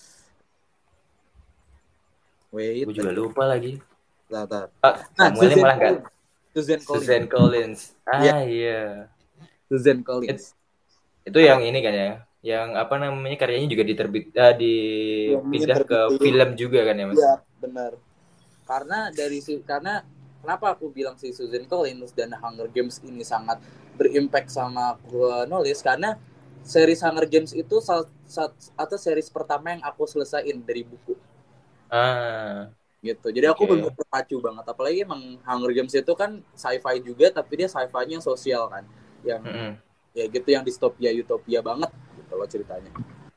Wait. Gue juga lupa lagi. Bentar. Samuelnya malah nggak. Susan Collins. Yeah. Iya. Susan Collins. Itu yang ini kan ya. Yang apa namanya, karyanya juga dipindah ke film juga kan ya, Mas? Iya, benar. Karena kenapa aku bilang si Susan Collins dan Hunger Games ini sangat berimpact sama aku nulis, karena series Hunger Games itu atau series pertama yang aku selesaiin dari buku. Gitu. Jadi aku benar terpacu banget. Apalagi emang Hunger Games itu kan sci-fi juga, tapi dia sci-fi-nya sosial kan. Yang ya gitu, yang distopia utopia banget gitu loh ceritanya.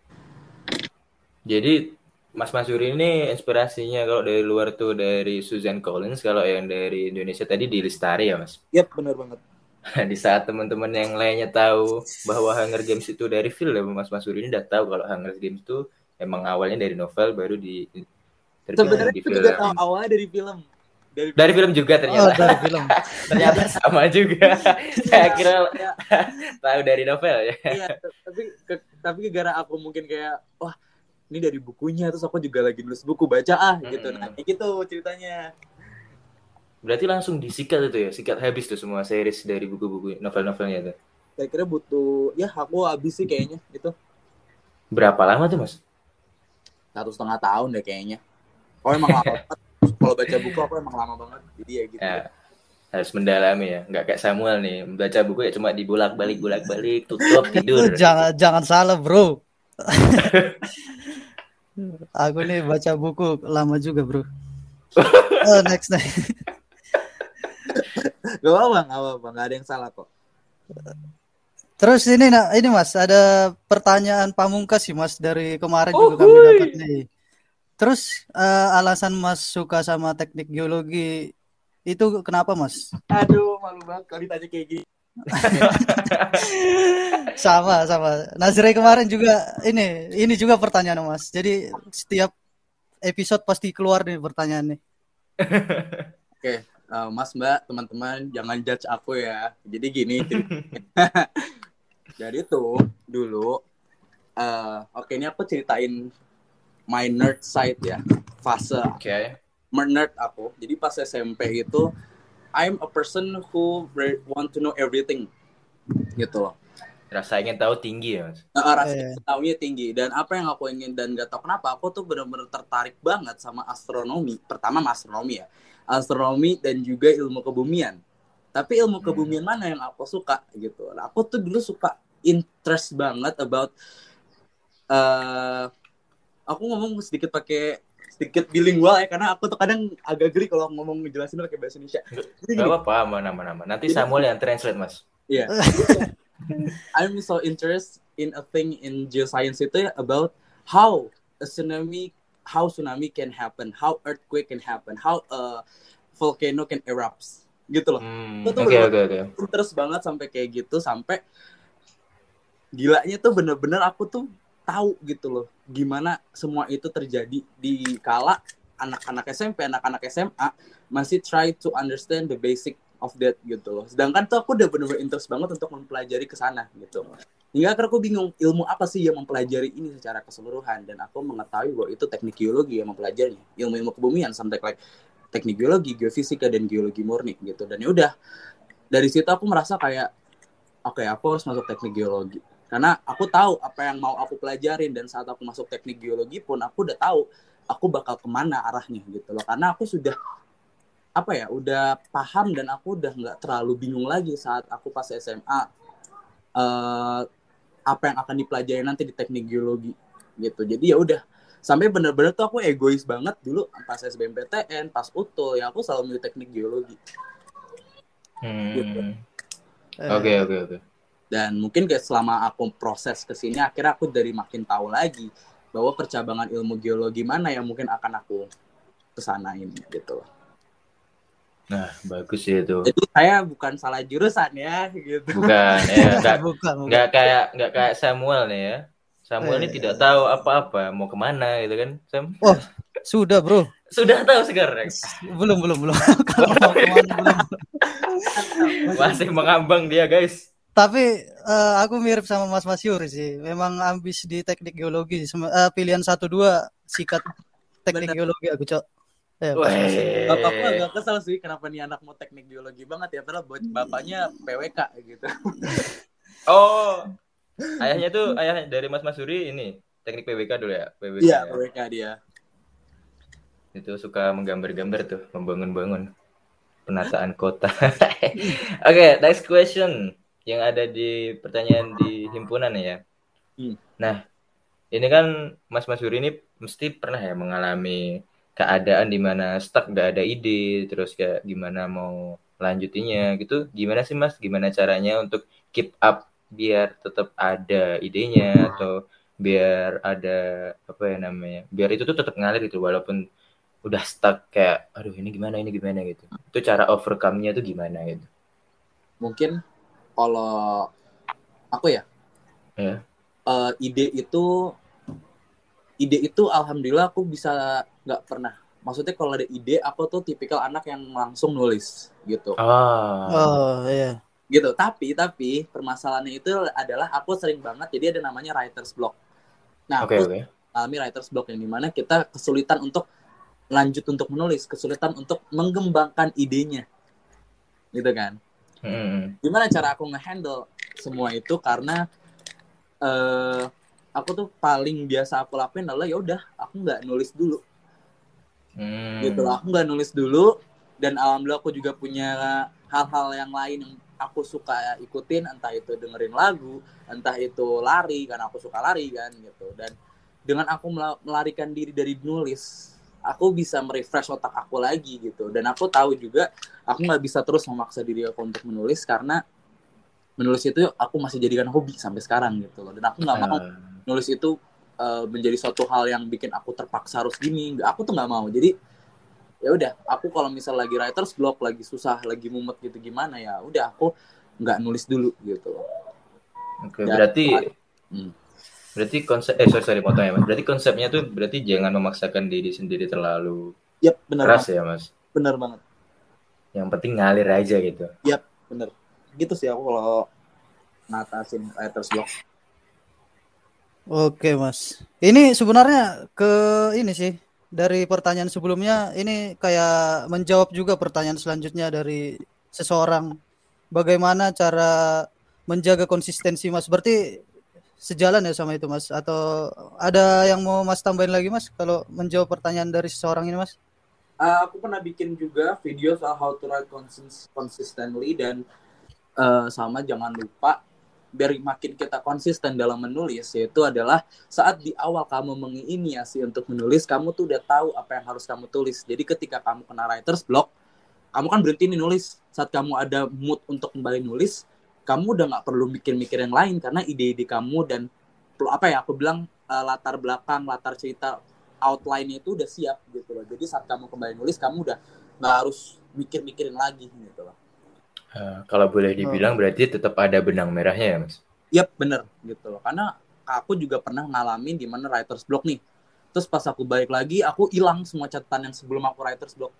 Jadi Mas Masuri ini inspirasinya kalau dari luar tuh dari Susan Collins, kalau yang dari Indonesia tadi di Lestari ya, Mas? Yap, benar banget. Di saat teman-teman yang lainnya tahu bahwa Hunger Games itu dari film, Mas Masuri ini udah tahu kalau Hunger Games itu emang awalnya dari novel baru sebenarnya di film. Juga tahu awalnya dari film. Dari film juga ternyata. Dari film. Ternyata sama juga. Saya kira tahu dari novel ya. Iya, tapi gara aku mungkin kayak, wah, ini dari bukunya, terus aku juga lagi nulis buku, baca gitu. Nah, gitu ceritanya. Berarti langsung disikat itu ya, sikat habis tuh semua series dari buku-buku novel-novelnya tuh. Saya kira butuh, ya aku habis sih kayaknya itu. Berapa lama tuh, Mas? 1,5 tahun deh kayaknya. Oh, emang lama banget. Kalau baca buku aku emang lama banget. Jadi ya gitu. Ya, harus mendalami ya. Nggak kayak Samuel nih, baca buku ya cuma dibolak-balik, tutup, tidur. Jangan salah, bro. Aku nih baca buku lama juga, bro. Next. Gak apa-apa, gak ada yang salah kok. Terus ini Mas, ada pertanyaan pamungkas sih Mas, dari kemarin juga kami dapat nih. Terus alasan Mas suka sama teknik geologi itu kenapa, Mas? Aduh, malu banget kalau ditanya kayak gini. sama Nazre kemarin juga ini juga pertanyaan, Mas. Jadi setiap episode pasti keluar nih pertanyaannya. Oke. Mas, Mbak, teman-teman, jangan judge aku ya. Jadi gini. Jadi tuh dulu ini aku ceritain my nerd side ya, fase nerd aku. Jadi pas SMP itu I'm a person who want to know everything gitu loh. Rasa ingin tahu tinggi ya, Mas? Rasa ingin tahunya tinggi. Dan apa yang aku ingin dan gak tahu kenapa, aku tuh benar-benar tertarik banget sama astronomi. Pertama astronomi ya, astronomi dan juga ilmu kebumian. Tapi ilmu kebumian mana yang aku suka gitu. Aku tuh dulu suka interest banget about aku ngomong sedikit bilingual ya, karena aku tuh kadang agak geli kalau ngomong ngejelasin pakai bahasa Indonesia. Gak apa-apa, nama-nama. Nanti Samuel yang translate, Mas. Iya. I'm so interested in a thing in geoscience itu about how tsunami can happen, how earthquake can happen, how a volcano can erupt gitu loh. Oke. Interest banget sampai kayak gitu, sampai gilanya tuh bener-bener aku tuh tahu gitu loh gimana semua itu terjadi di kala anak-anak SMP, anak-anak SMA masih try to understand the basic of that gitu loh. Sedangkan tuh aku udah bener-bener interest banget untuk mempelajari ke sana gitu. Hingga akhirnya aku bingung ilmu apa sih yang mempelajari ini secara keseluruhan, dan aku mengetahui bahwa itu teknik geologi yang mempelajarinya, ilmu-ilmu kebumian, sampai like teknik geologi, geofisika, dan geologi murni gitu. Dan ya udah dari situ aku merasa kayak oke, aku harus masuk teknik geologi. Karena aku tahu apa yang mau aku pelajarin, dan saat aku masuk teknik geologi pun aku udah tahu aku bakal kemana arahnya gitu loh. Karena aku sudah udah paham, dan aku udah nggak terlalu bingung lagi saat aku pas SMA apa yang akan dipelajari nanti di teknik geologi gitu. Jadi ya udah, sampai bener-bener tuh aku egois banget dulu pas SBMPTN, pas UTUL ya aku selalu milih teknik geologi. Gitu. Oke. Dan mungkin kayak selama aku proses kesini, akhirnya aku dari makin tahu lagi bahwa percabangan ilmu geologi mana yang mungkin akan aku kesanain gitu loh. Nah, bagus sih itu. Jadi saya bukan salah jurusan ya gitu. Bukan, Bukan. nggak kayak Samuel nih ya. Samuel ini tidak tahu apa-apa mau kemana gitu kan, Sam. Oh, sudah bro. Sudah tahu sekarang. Belum. Kalau mau kemana belum. Masih mengambang dia, guys. Tapi aku mirip sama Mas Yuri sih. Memang ambis di teknik geologi. Pilihan 1-2 sikat teknik geologi aku, Cok. Bapakku agak kesel sih kenapa nih anak mau teknik geologi banget ya, padahal buat bapaknya PWK gitu. Oh, ayah dari Mas Yuri ini teknik PWK dulu ya. Iya, PWK dia. Itu suka menggambar-gambar tuh, membangun-bangun penataan kota. Oke, next question yang ada di pertanyaan di himpunan ya. Nah, ini kan Mas Yuri ini mesti pernah ya mengalami keadaan di mana stuck, nggak ada ide, terus kayak gimana mau lanjutinya gitu. Gimana sih Mas? Gimana caranya untuk keep up biar tetap ada idenya atau biar ada apa ya namanya? Biar itu tuh tetap ngalir gitu walaupun udah stuck kayak aduh ini gimana gitu. Itu cara overcome-nya tuh gimana gitu. Mungkin kalau aku ya. Ide itu alhamdulillah aku bisa nggak pernah. Maksudnya kalau ada ide, aku tuh tipikal anak yang langsung nulis gitu. Oh iya. Gitu. Tapi permasalahannya itu adalah aku sering banget jadi ada namanya writer's block. Nah, aku alami writer's block yang dimana kita kesulitan untuk lanjut untuk menulis, kesulitan untuk mengembangkan idenya, gitu kan? Gimana cara aku ngehandle semua itu? Karena aku tuh paling biasa aku lakuin adalah ya udah aku nggak nulis dulu, gitu lah. Aku nggak nulis dulu, dan alhamdulillah aku juga punya hal-hal yang lain yang aku suka ikutin, entah itu dengerin lagu, entah itu lari karena aku suka lari kan gitu. Dan dengan aku melarikan diri dari nulis, aku bisa merefresh otak aku lagi gitu. Dan aku tahu juga aku nggak bisa terus memaksa diri aku untuk menulis karena menulis itu aku masih jadikan hobi sampai sekarang gitu loh. Dan aku nggak mau nulis itu menjadi suatu hal yang bikin aku terpaksa harus gini. Aku tuh nggak mau. Jadi ya udah, aku kalau misal lagi writer's block, lagi susah, lagi mumet gitu gimana ya, udah aku nggak nulis dulu gitu loh. Oke, berarti konsep potongnya Mas. Berarti konsepnya tuh berarti jangan memaksakan diri sendiri terlalu keras ya Mas. Bener banget. Yang penting ngalir aja gitu. Yap, bener. Gitu sih aku kalau ngatasin writer's block. Oke Mas. Ini sebenarnya ini sih dari pertanyaan sebelumnya ini kayak menjawab juga pertanyaan selanjutnya dari seseorang. Bagaimana cara menjaga konsistensi Mas? Berarti sejalan ya sama itu Mas? Atau ada yang mau Mas tambahin lagi Mas kalau menjawab pertanyaan dari seseorang ini Mas? Aku pernah bikin juga video soal how to write consistently, dan sama jangan lupa biar makin kita konsisten dalam menulis, yaitu adalah saat di awal kamu menginisiasi untuk menulis, kamu tuh udah tahu apa yang harus kamu tulis. Jadi ketika kamu kena writer's block, kamu kan berhenti nih nulis. Saat kamu ada mood untuk kembali nulis, kamu udah nggak perlu mikir-mikir yang lain karena ide-ide kamu dan apa ya aku bilang latar belakang, latar cerita, outline itu udah siap gitu loh. Jadi saat kamu kembali nulis, kamu udah nggak harus mikir-mikirin lagi gitu loh. Kalau boleh dibilang berarti tetap ada benang merahnya ya Mas? Yap, bener gitu loh. Karena aku juga pernah ngalamin di mana writer's block nih. Terus pas aku balik lagi, aku hilang semua catatan yang sebelum aku writer's block.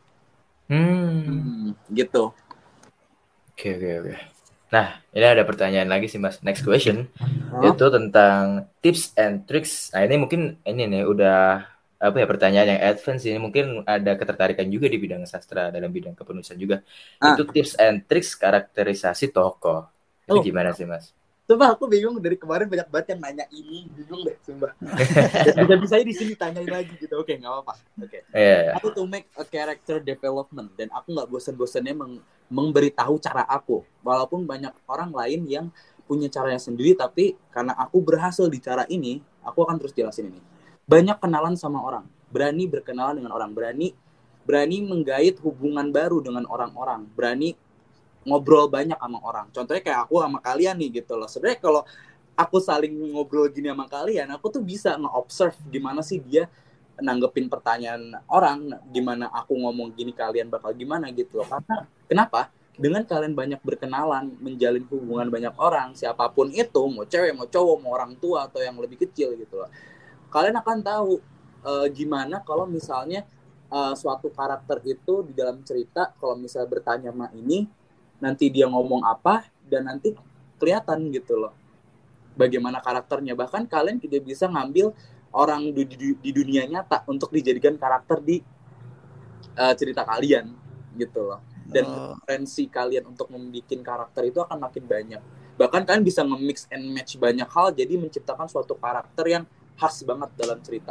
Gitu. Oke. Nah, ini ada pertanyaan lagi sih Mas. Next question. Itu tentang tips and tricks. Nah, ini mungkin udah pertanyaan yang advance ini, mungkin ada ketertarikan juga di bidang sastra dalam bidang kepenulisan juga. Itu tips and tricks karakterisasi tokoh. Itu gimana sih Mas? Sumpah aku bingung, dari kemarin banyak banget yang nanya ini, bingung deh sumpah. Bisa di sini tanyain lagi gitu. Oke, enggak apa-apa. Oke. Aku to make a character development, dan aku enggak bosan-bosannya memberitahu cara aku. Walaupun banyak orang lain yang punya caranya sendiri, tapi karena aku berhasil di cara ini, aku akan terus jelasin ini. Banyak kenalan sama orang, berani berkenalan dengan orang, berani menggait hubungan baru dengan orang-orang, berani ngobrol banyak sama orang. Contohnya kayak aku sama kalian nih gitu loh. Sebenarnya kalau aku saling ngobrol gini sama kalian, aku tuh bisa nge-observe gimana sih dia nanggepin pertanyaan orang, gimana aku ngomong gini kalian bakal gimana gitu loh. Karena kenapa? Dengan kalian banyak berkenalan, menjalin hubungan banyak orang, siapapun itu, mau cewek, mau cowok, mau orang tua atau yang lebih kecil gitu loh. Kalian akan tahu gimana kalau misalnya suatu karakter itu di dalam cerita, kalau misalnya bertanya sama ini, nanti dia ngomong apa, dan nanti kelihatan gitu loh bagaimana karakternya. Bahkan kalian tidak bisa ngambil orang di dunia nyata untuk dijadikan karakter di cerita kalian gitu loh. Dan referensi kalian untuk membuat karakter itu akan makin banyak. Bahkan kalian bisa nge-mix and match banyak hal, jadi menciptakan suatu karakter yang khas banget dalam cerita.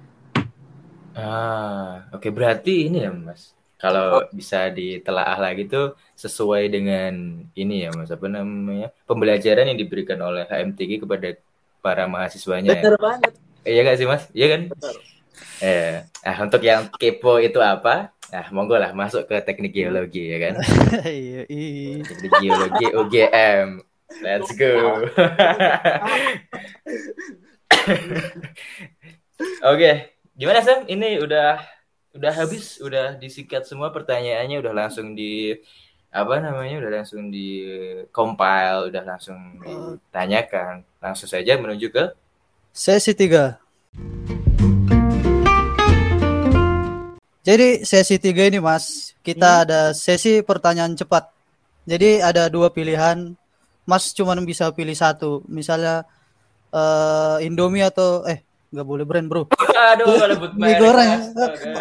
Oke, berarti ini ya Mas. Kalau bisa ditelaah lagi tuh sesuai dengan ini ya Mas, apa namanya, pembelajaran yang diberikan oleh HMTG kepada para mahasiswanya. Bener banget. Iya nggak sih Mas? Iya kan? Bener. Untuk yang kepo itu apa? Monggo lah masuk ke teknik geologi ya kan? Teknik geologi UGM. Let's go. Oke. Gimana Sam? Ini udah habis, udah disikat semua pertanyaannya, udah langsung udah langsung di compile, udah langsung ditanyakan. Langsung saja menuju ke sesi 3. Jadi sesi 3 ini Mas, kita ada sesi pertanyaan cepat. Jadi ada 2 pilihan, Mas cuma bisa pilih satu. Misalnya Indomie atau nggak boleh brand bro. Aduh, lebut mie goreng.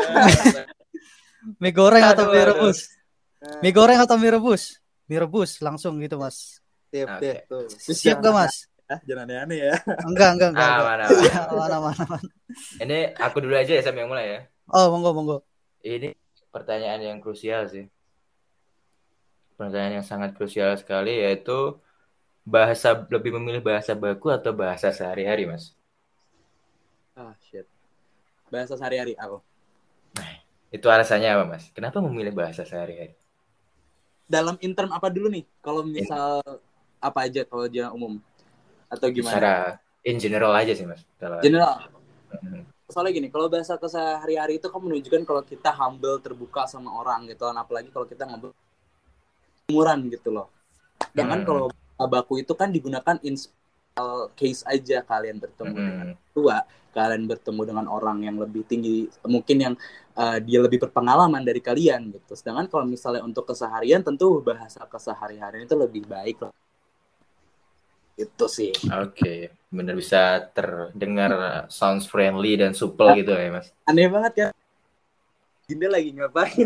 Mie goreng atau mie rebus? Mie goreng atau mie rebus? Mie rebus langsung gitu Mas. Siap deh tuh. Siap gak Mas? Jangan aneh-aneh ya. Enggak. Mana. Ini aku dulu aja ya Sam yang mulai ya. Oh, monggo. Ini pertanyaan yang krusial sih. Pertanyaan yang sangat krusial sekali, yaitu lebih memilih bahasa baku atau bahasa sehari-hari Mas? Shit. Bahasa sehari-hari aku. Itu alasannya apa Mas? Kenapa memilih bahasa sehari-hari? Dalam intern apa dulu nih? Kalau misal apa aja, kalau jalan umum atau gimana? Secara in general aja sih Mas. General. Soalnya gini, kalau bahasa kesehari-hari itu kan menunjukkan kalau kita humble, terbuka sama orang gitu. Apalagi kalau kita ngobrol umuran gitu loh. Jangan kalau baku itu kan digunakan in case aja, kalian bertemu dengan tua, kalian bertemu dengan orang yang lebih tinggi, mungkin yang dia lebih berpengalaman dari kalian gitu. Sedangkan kalau misalnya untuk keseharian, tentu bahasa kesehari-harian itu lebih baik loh. Itu sih. Oke, benar, bisa terdengar sounds friendly dan supel gitu ya Mas. Aneh banget ya. Baginda lagi ngapain?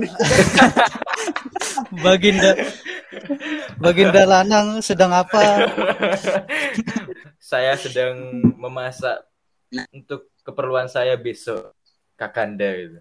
Baginda lanang sedang apa? Saya sedang memasak untuk keperluan saya besok, Kakanda gitu.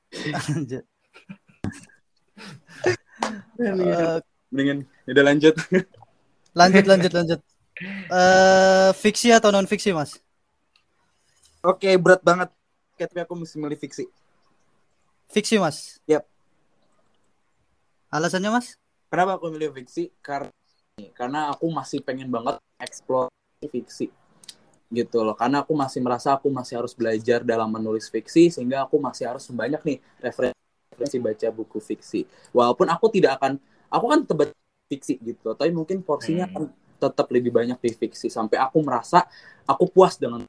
Mendingan udah lanjut. Lanjut. Fiksi atau non fiksi Mas? Oke, berat banget. Tapi aku mesti milih fiksi. Fiksi Mas? Yap. Alasannya Mas? Kenapa aku milih fiksi? Karena aku masih pengen banget explore fiksi gitu loh. Karena aku masih merasa aku masih harus belajar dalam menulis fiksi, sehingga aku masih harus banyak nih referensi baca buku fiksi. Walaupun aku kan tetap baca fiksi gitu, tapi mungkin porsinya kan tetap lebih banyak di fiksi sampai aku merasa aku puas dengan.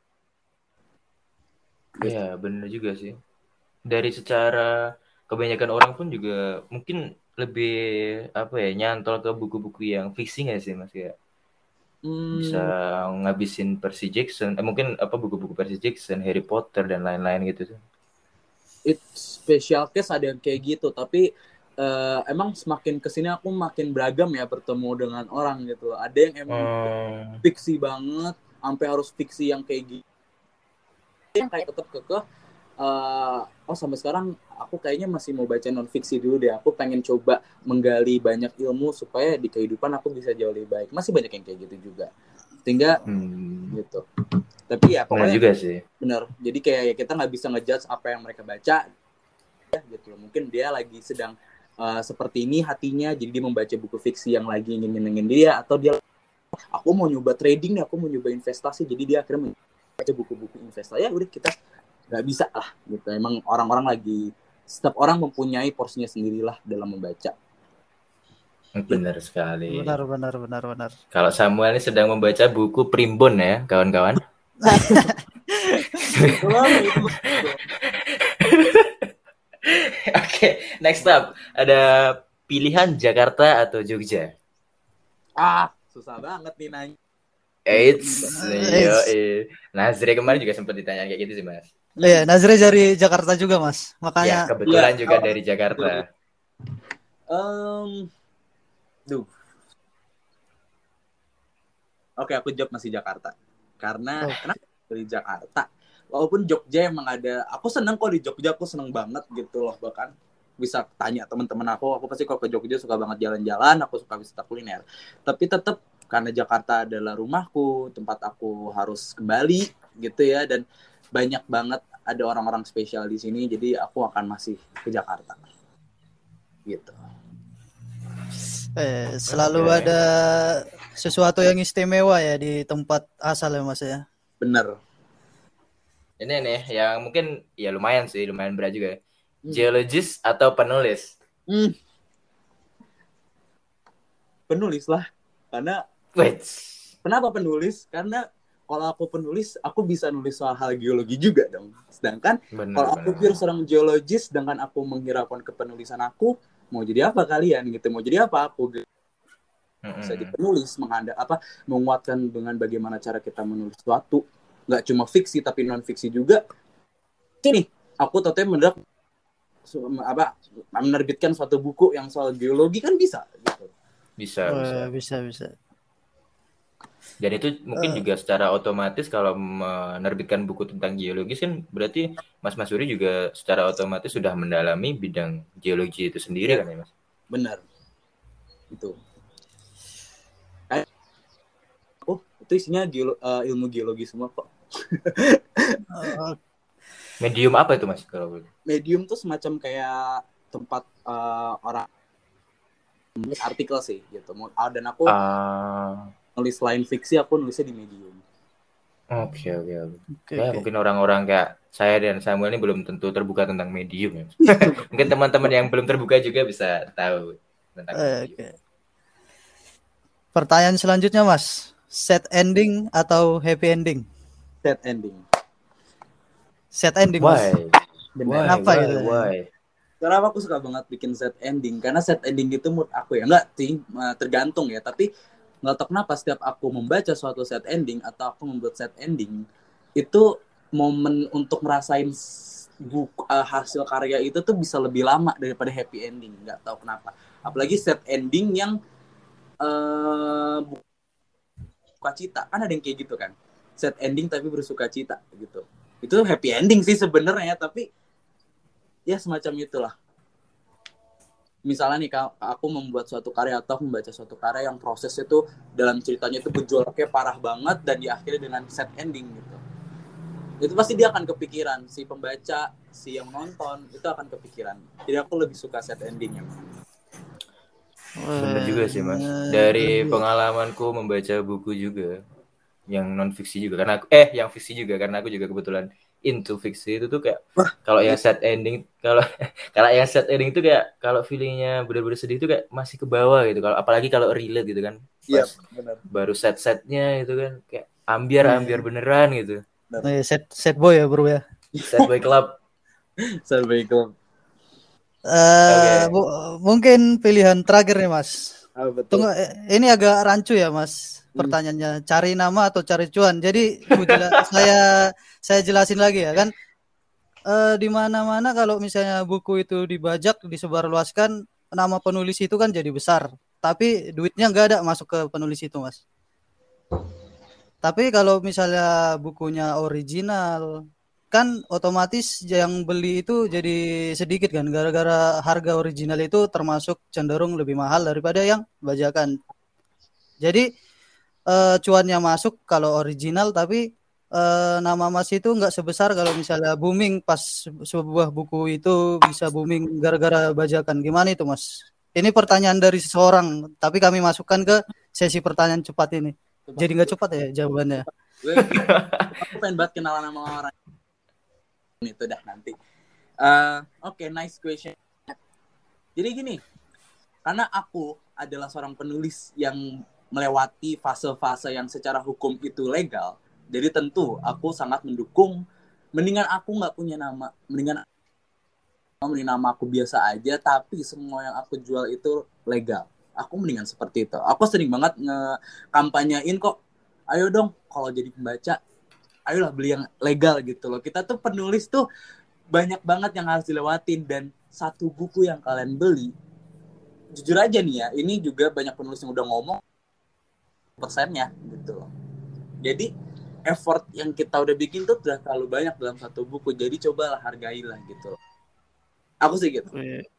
Iya, benar juga sih. Dari secara kebanyakan orang pun juga mungkin lebih nyantol ke buku-buku yang fiksi nggak sih Mas ya? Bisa ngabisin Percy Jackson, mungkin buku-buku Percy Jackson, Harry Potter dan lain-lain gitu. Special case ada yang kayak gitu, tapi emang semakin kesini aku makin beragam ya bertemu dengan orang gitu. Ada yang emang fiksi banget, sampai harus fiksi yang kayak gitu. Yang kayak tetap kekeh. Sampai sekarang aku kayaknya masih mau baca non fiksi dulu deh. Aku pengen coba menggali banyak ilmu supaya di kehidupan aku bisa jauh lebih baik. Masih banyak yang kayak gitu juga. Sehingga gitu. Tapi ya pokoknya benar juga sih. Bener. Jadi kayak kita nggak bisa ngejudge apa yang mereka baca. Ya, gitu. Mungkin dia lagi sedang seperti ini hatinya, jadi dia membaca buku fiksi yang lagi ingin nyenengin dia, atau dia aku mau nyoba trading nih, aku mau nyoba investasi, jadi dia akhirnya membaca buku-buku investasi. Ya udah, kita nggak bisa lah gitu. Emang orang-orang lagi, setiap orang mempunyai porsinya sendirilah dalam membaca. Benar sekali. Benar. Kalau Samuel ini sedang membaca buku Primbon ya, kawan-kawan. Oke, next up ada pilihan Jakarta atau Jogja. Susah banget nih nanya. Nazri kemarin juga sempat ditanya kayak gitu sih, Mas. Iya, Nazri dari Jakarta juga, Mas. Ya, Makanya kebetulan juga dari Jakarta. Oke, aku jawab masih Jakarta. Karena kenapa dari Jakarta? Walaupun Jogja emang ada, aku seneng kok di Jogja, aku seneng banget gitu loh. Bahkan bisa tanya teman-teman aku pasti kalau ke Jogja suka banget jalan-jalan, aku suka wisata kuliner. Tapi tetap karena Jakarta adalah rumahku, tempat aku harus kembali gitu ya, dan banyak banget ada orang-orang spesial di sini, jadi aku akan masih ke Jakarta. Gitu. Selalu ada sesuatu yang istimewa ya di tempat asal ya, Mas ya. Bener. Ini nih yang mungkin ya lumayan berat juga. Geologis atau penulis? Penulis lah. Karena kenapa penulis? Karena kalau aku penulis, aku bisa nulis soal hal geologi juga dong. Sedangkan kalau aku pure seorang geologis, sedangkan aku menghiraukan kepenulisan aku, mau jadi apa kalian gitu? Mau jadi apa aku? Bisa dipenulis, menguatkan dengan bagaimana cara kita menulis sesuatu. Nggak cuma fiksi tapi non fiksi juga. Sini, aku totalnya menerbitkan suatu buku yang soal geologi kan bisa gitu. Bisa. Dan itu mungkin juga secara otomatis kalau menerbitkan buku tentang geologi kan berarti Mas Suri juga secara otomatis sudah mendalami bidang geologi itu sendiri kan ya, Mas? Benar. Itu. Itu isinya ilmu geologi semua kok. Medium apa itu, Mas? Kalau medium tuh semacam kayak tempat orang artikel sih gitu. Dan aku nulis lain fiksi, aku nulisnya di medium. Oke. Mungkin orang-orang kayak saya dan Samuel ini belum tentu terbuka tentang medium ya. Mungkin teman-teman yang belum terbuka juga bisa tahu tentang medium. Pertanyaan selanjutnya, Mas. Sad ending atau happy ending? Sad ending. Sad ending, Mas. Kenapa gitu? Kenapa aku suka banget bikin sad ending? Karena sad ending itu menurut aku ya, enggak sih, tergantung ya. Tapi nggak tahu kenapa setiap aku membaca suatu sad ending atau aku membuat sad ending, itu momen untuk ngerasain hasil karya itu tuh bisa lebih lama daripada happy ending. Nggak tahu kenapa. Apalagi sad ending yang sukacita, kan ada yang kayak gitu kan, sad ending tapi bersukacita gitu. Itu happy ending sih sebenarnya, tapi ya semacam itulah. Misalnya nih, aku membuat suatu karya atau membaca suatu karya yang prosesnya tuh dalam ceritanya itu gejolaknya parah banget dan diakhiri dengan sad ending gitu. Itu pasti dia akan kepikiran, si pembaca, si yang nonton itu akan kepikiran. Jadi aku lebih suka sad endingnya. Bener juga sih, Mas. Dari pengalamanku membaca buku juga yang non fiksi juga karena yang fiksi juga karena aku juga kebetulan into fiksi itu tuh kayak kalau yang sad ending kalau yang sad ending itu kayak kalau feelingnya benar-benar sedih itu kayak masih ke bawah gitu, kalau apalagi kalau relate gitu kan. Iya, benar. Baru sad-sadnya itu kan kayak ambiar beneran gitu. Sad boy ya, bro ya. Sad boy club. Sad boy club. Mungkin pilihan terakhir nih, Mas. Betul. Tunggu, ini agak rancu ya, Mas. Pertanyaannya, cari nama atau cari cuan? Jadi saya jelasin lagi ya kan. Di mana-mana kalau misalnya buku itu dibajak, disebarluaskan, nama penulis itu kan jadi besar. Tapi duitnya nggak ada masuk ke penulis itu, Mas. Tapi kalau misalnya bukunya original, kan otomatis yang beli itu jadi sedikit kan, gara-gara harga original itu termasuk cenderung lebih mahal daripada yang bajakan. Jadi cuannya masuk kalau original, tapi nama Mas itu nggak sebesar kalau misalnya booming pas sebuah buku itu bisa booming gara-gara bajakan. Gimana itu, Mas? Ini pertanyaan dari seseorang, tapi kami masukkan ke sesi pertanyaan cepat ini. Jadi nggak cepat ya jawabannya. Aku pengen banget kenalan sama orang. itu dah nanti. Oke, nice question. Jadi gini, karena aku adalah seorang penulis yang melewati fase-fase yang secara hukum itu legal, jadi tentu aku sangat mendukung. Mendingan aku nggak punya nama, mendingan nama aku biasa aja, tapi semua yang aku jual itu legal. Aku mendingan seperti itu. Aku sering banget nge-kampanyain kok, ayo dong kalau jadi pembaca, ayolah beli yang legal gitu loh. Kita tuh penulis tuh banyak banget yang harus dilewatin, dan satu buku yang kalian beli, jujur aja nih ya, ini juga banyak penulis yang udah ngomong persennya gitu loh. Jadi effort yang kita udah bikin tuh udah terlalu banyak dalam satu buku, jadi cobalah hargailah gitu loh. Aku sih gitu.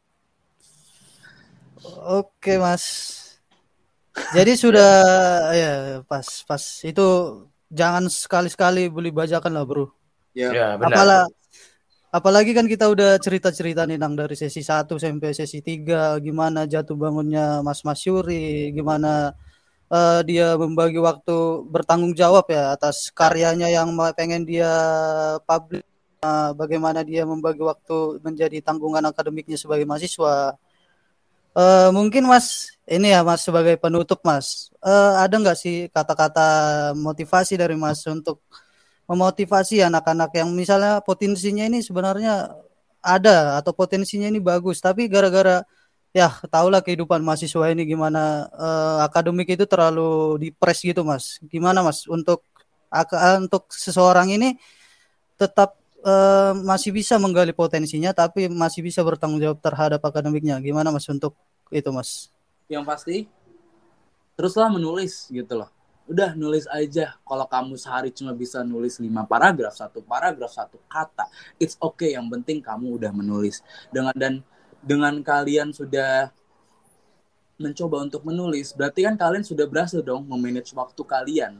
Oke Mas. Jadi sudah ya pas itu jangan sekali-sekali beli bajakan lah bro. Ya benar. Apalagi kan kita udah cerita-cerita nih Nang, dari sesi 1 sampai sesi 3, gimana jatuh bangunnya Mas Yuri, gimana dia membagi waktu, bertanggung jawab ya atas karyanya yang pengen dia publish, bagaimana dia membagi waktu menjadi tanggungan akademiknya sebagai mahasiswa. Mungkin Mas, ini ya Mas sebagai penutup Mas, ada nggak sih kata-kata motivasi dari Mas untuk memotivasi anak-anak yang misalnya potensinya ini sebenarnya ada atau potensinya ini bagus, tapi gara-gara ya tahulah kehidupan mahasiswa ini gimana, akademik itu terlalu dipres gitu Mas. Gimana Mas untuk seseorang ini tetap masih bisa menggali potensinya tapi masih bisa bertanggung jawab terhadap akademiknya. Gimana Mas untuk itu Mas? Yang pasti teruslah menulis gitu loh. Udah nulis aja. Kalau kamu sehari cuma bisa nulis 5 paragraf, 1 paragraf, 1 kata, it's okay. Yang penting kamu udah menulis. Dengan kalian sudah mencoba untuk menulis, berarti kan kalian sudah berhasil dong memanage waktu kalian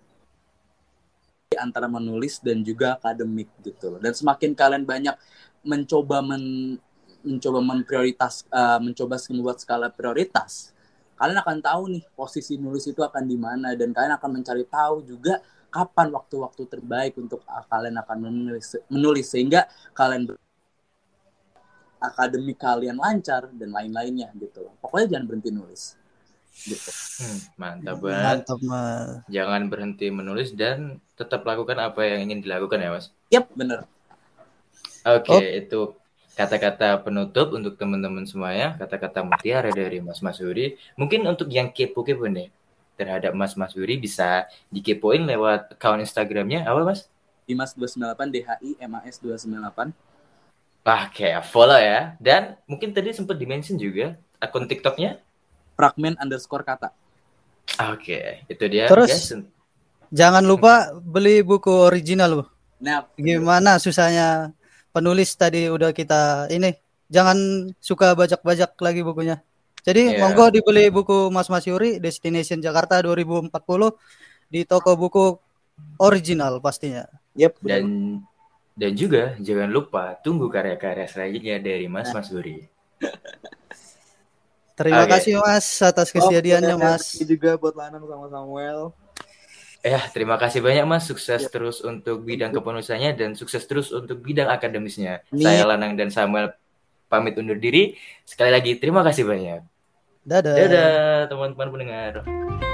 antara menulis dan juga akademik gitu loh. Dan semakin kalian banyak mencoba memprioritas, mencoba membuat skala prioritas, kalian akan tahu nih posisi nulis itu akan di mana, dan kalian akan mencari tahu juga kapan waktu-waktu terbaik untuk kalian akan menulis sehingga kalian akademik kalian lancar dan lain-lainnya gitu. Pokoknya jangan berhenti nulis. Gitu. Mantap banget. Jangan berhenti menulis dan tetap lakukan apa yang ingin dilakukan ya Mas. Yap, benar. Oke, itu kata-kata penutup untuk teman-teman semuanya, kata-kata mutiara dari Mas Yuri. Mungkin untuk yang kepo-kepo nih terhadap Mas Yuri bisa dikepoin lewat akun Instagramnya apa Mas? Dimas298, DHIMAS298. Oke, follow ya. Dan mungkin tadi sempat dimention juga akun TikToknya fragment_kata. Oke, itu dia. Terus guys. Jangan lupa beli buku original loh. Nah, gimana susahnya penulis tadi udah kita ini. Jangan suka bajak-bajak lagi bukunya. Jadi monggo dibeli buku Mas Yuri Destination Jakarta 2040 di toko buku original pastinya. Yep. Dan juga jangan lupa tunggu karya-karya selanjutnya dari Mas Yuri. Terima kasih Mas atas kesediaannya Mas. Juga buat Lanang sama Samuel. Terima kasih banyak Mas. Sukses terus untuk bidang kepenulisannya dan sukses terus untuk bidang akademisnya. Saya Lanang dan Samuel pamit undur diri. Sekali lagi terima kasih banyak. Dadah. Dadah teman-teman pendengar.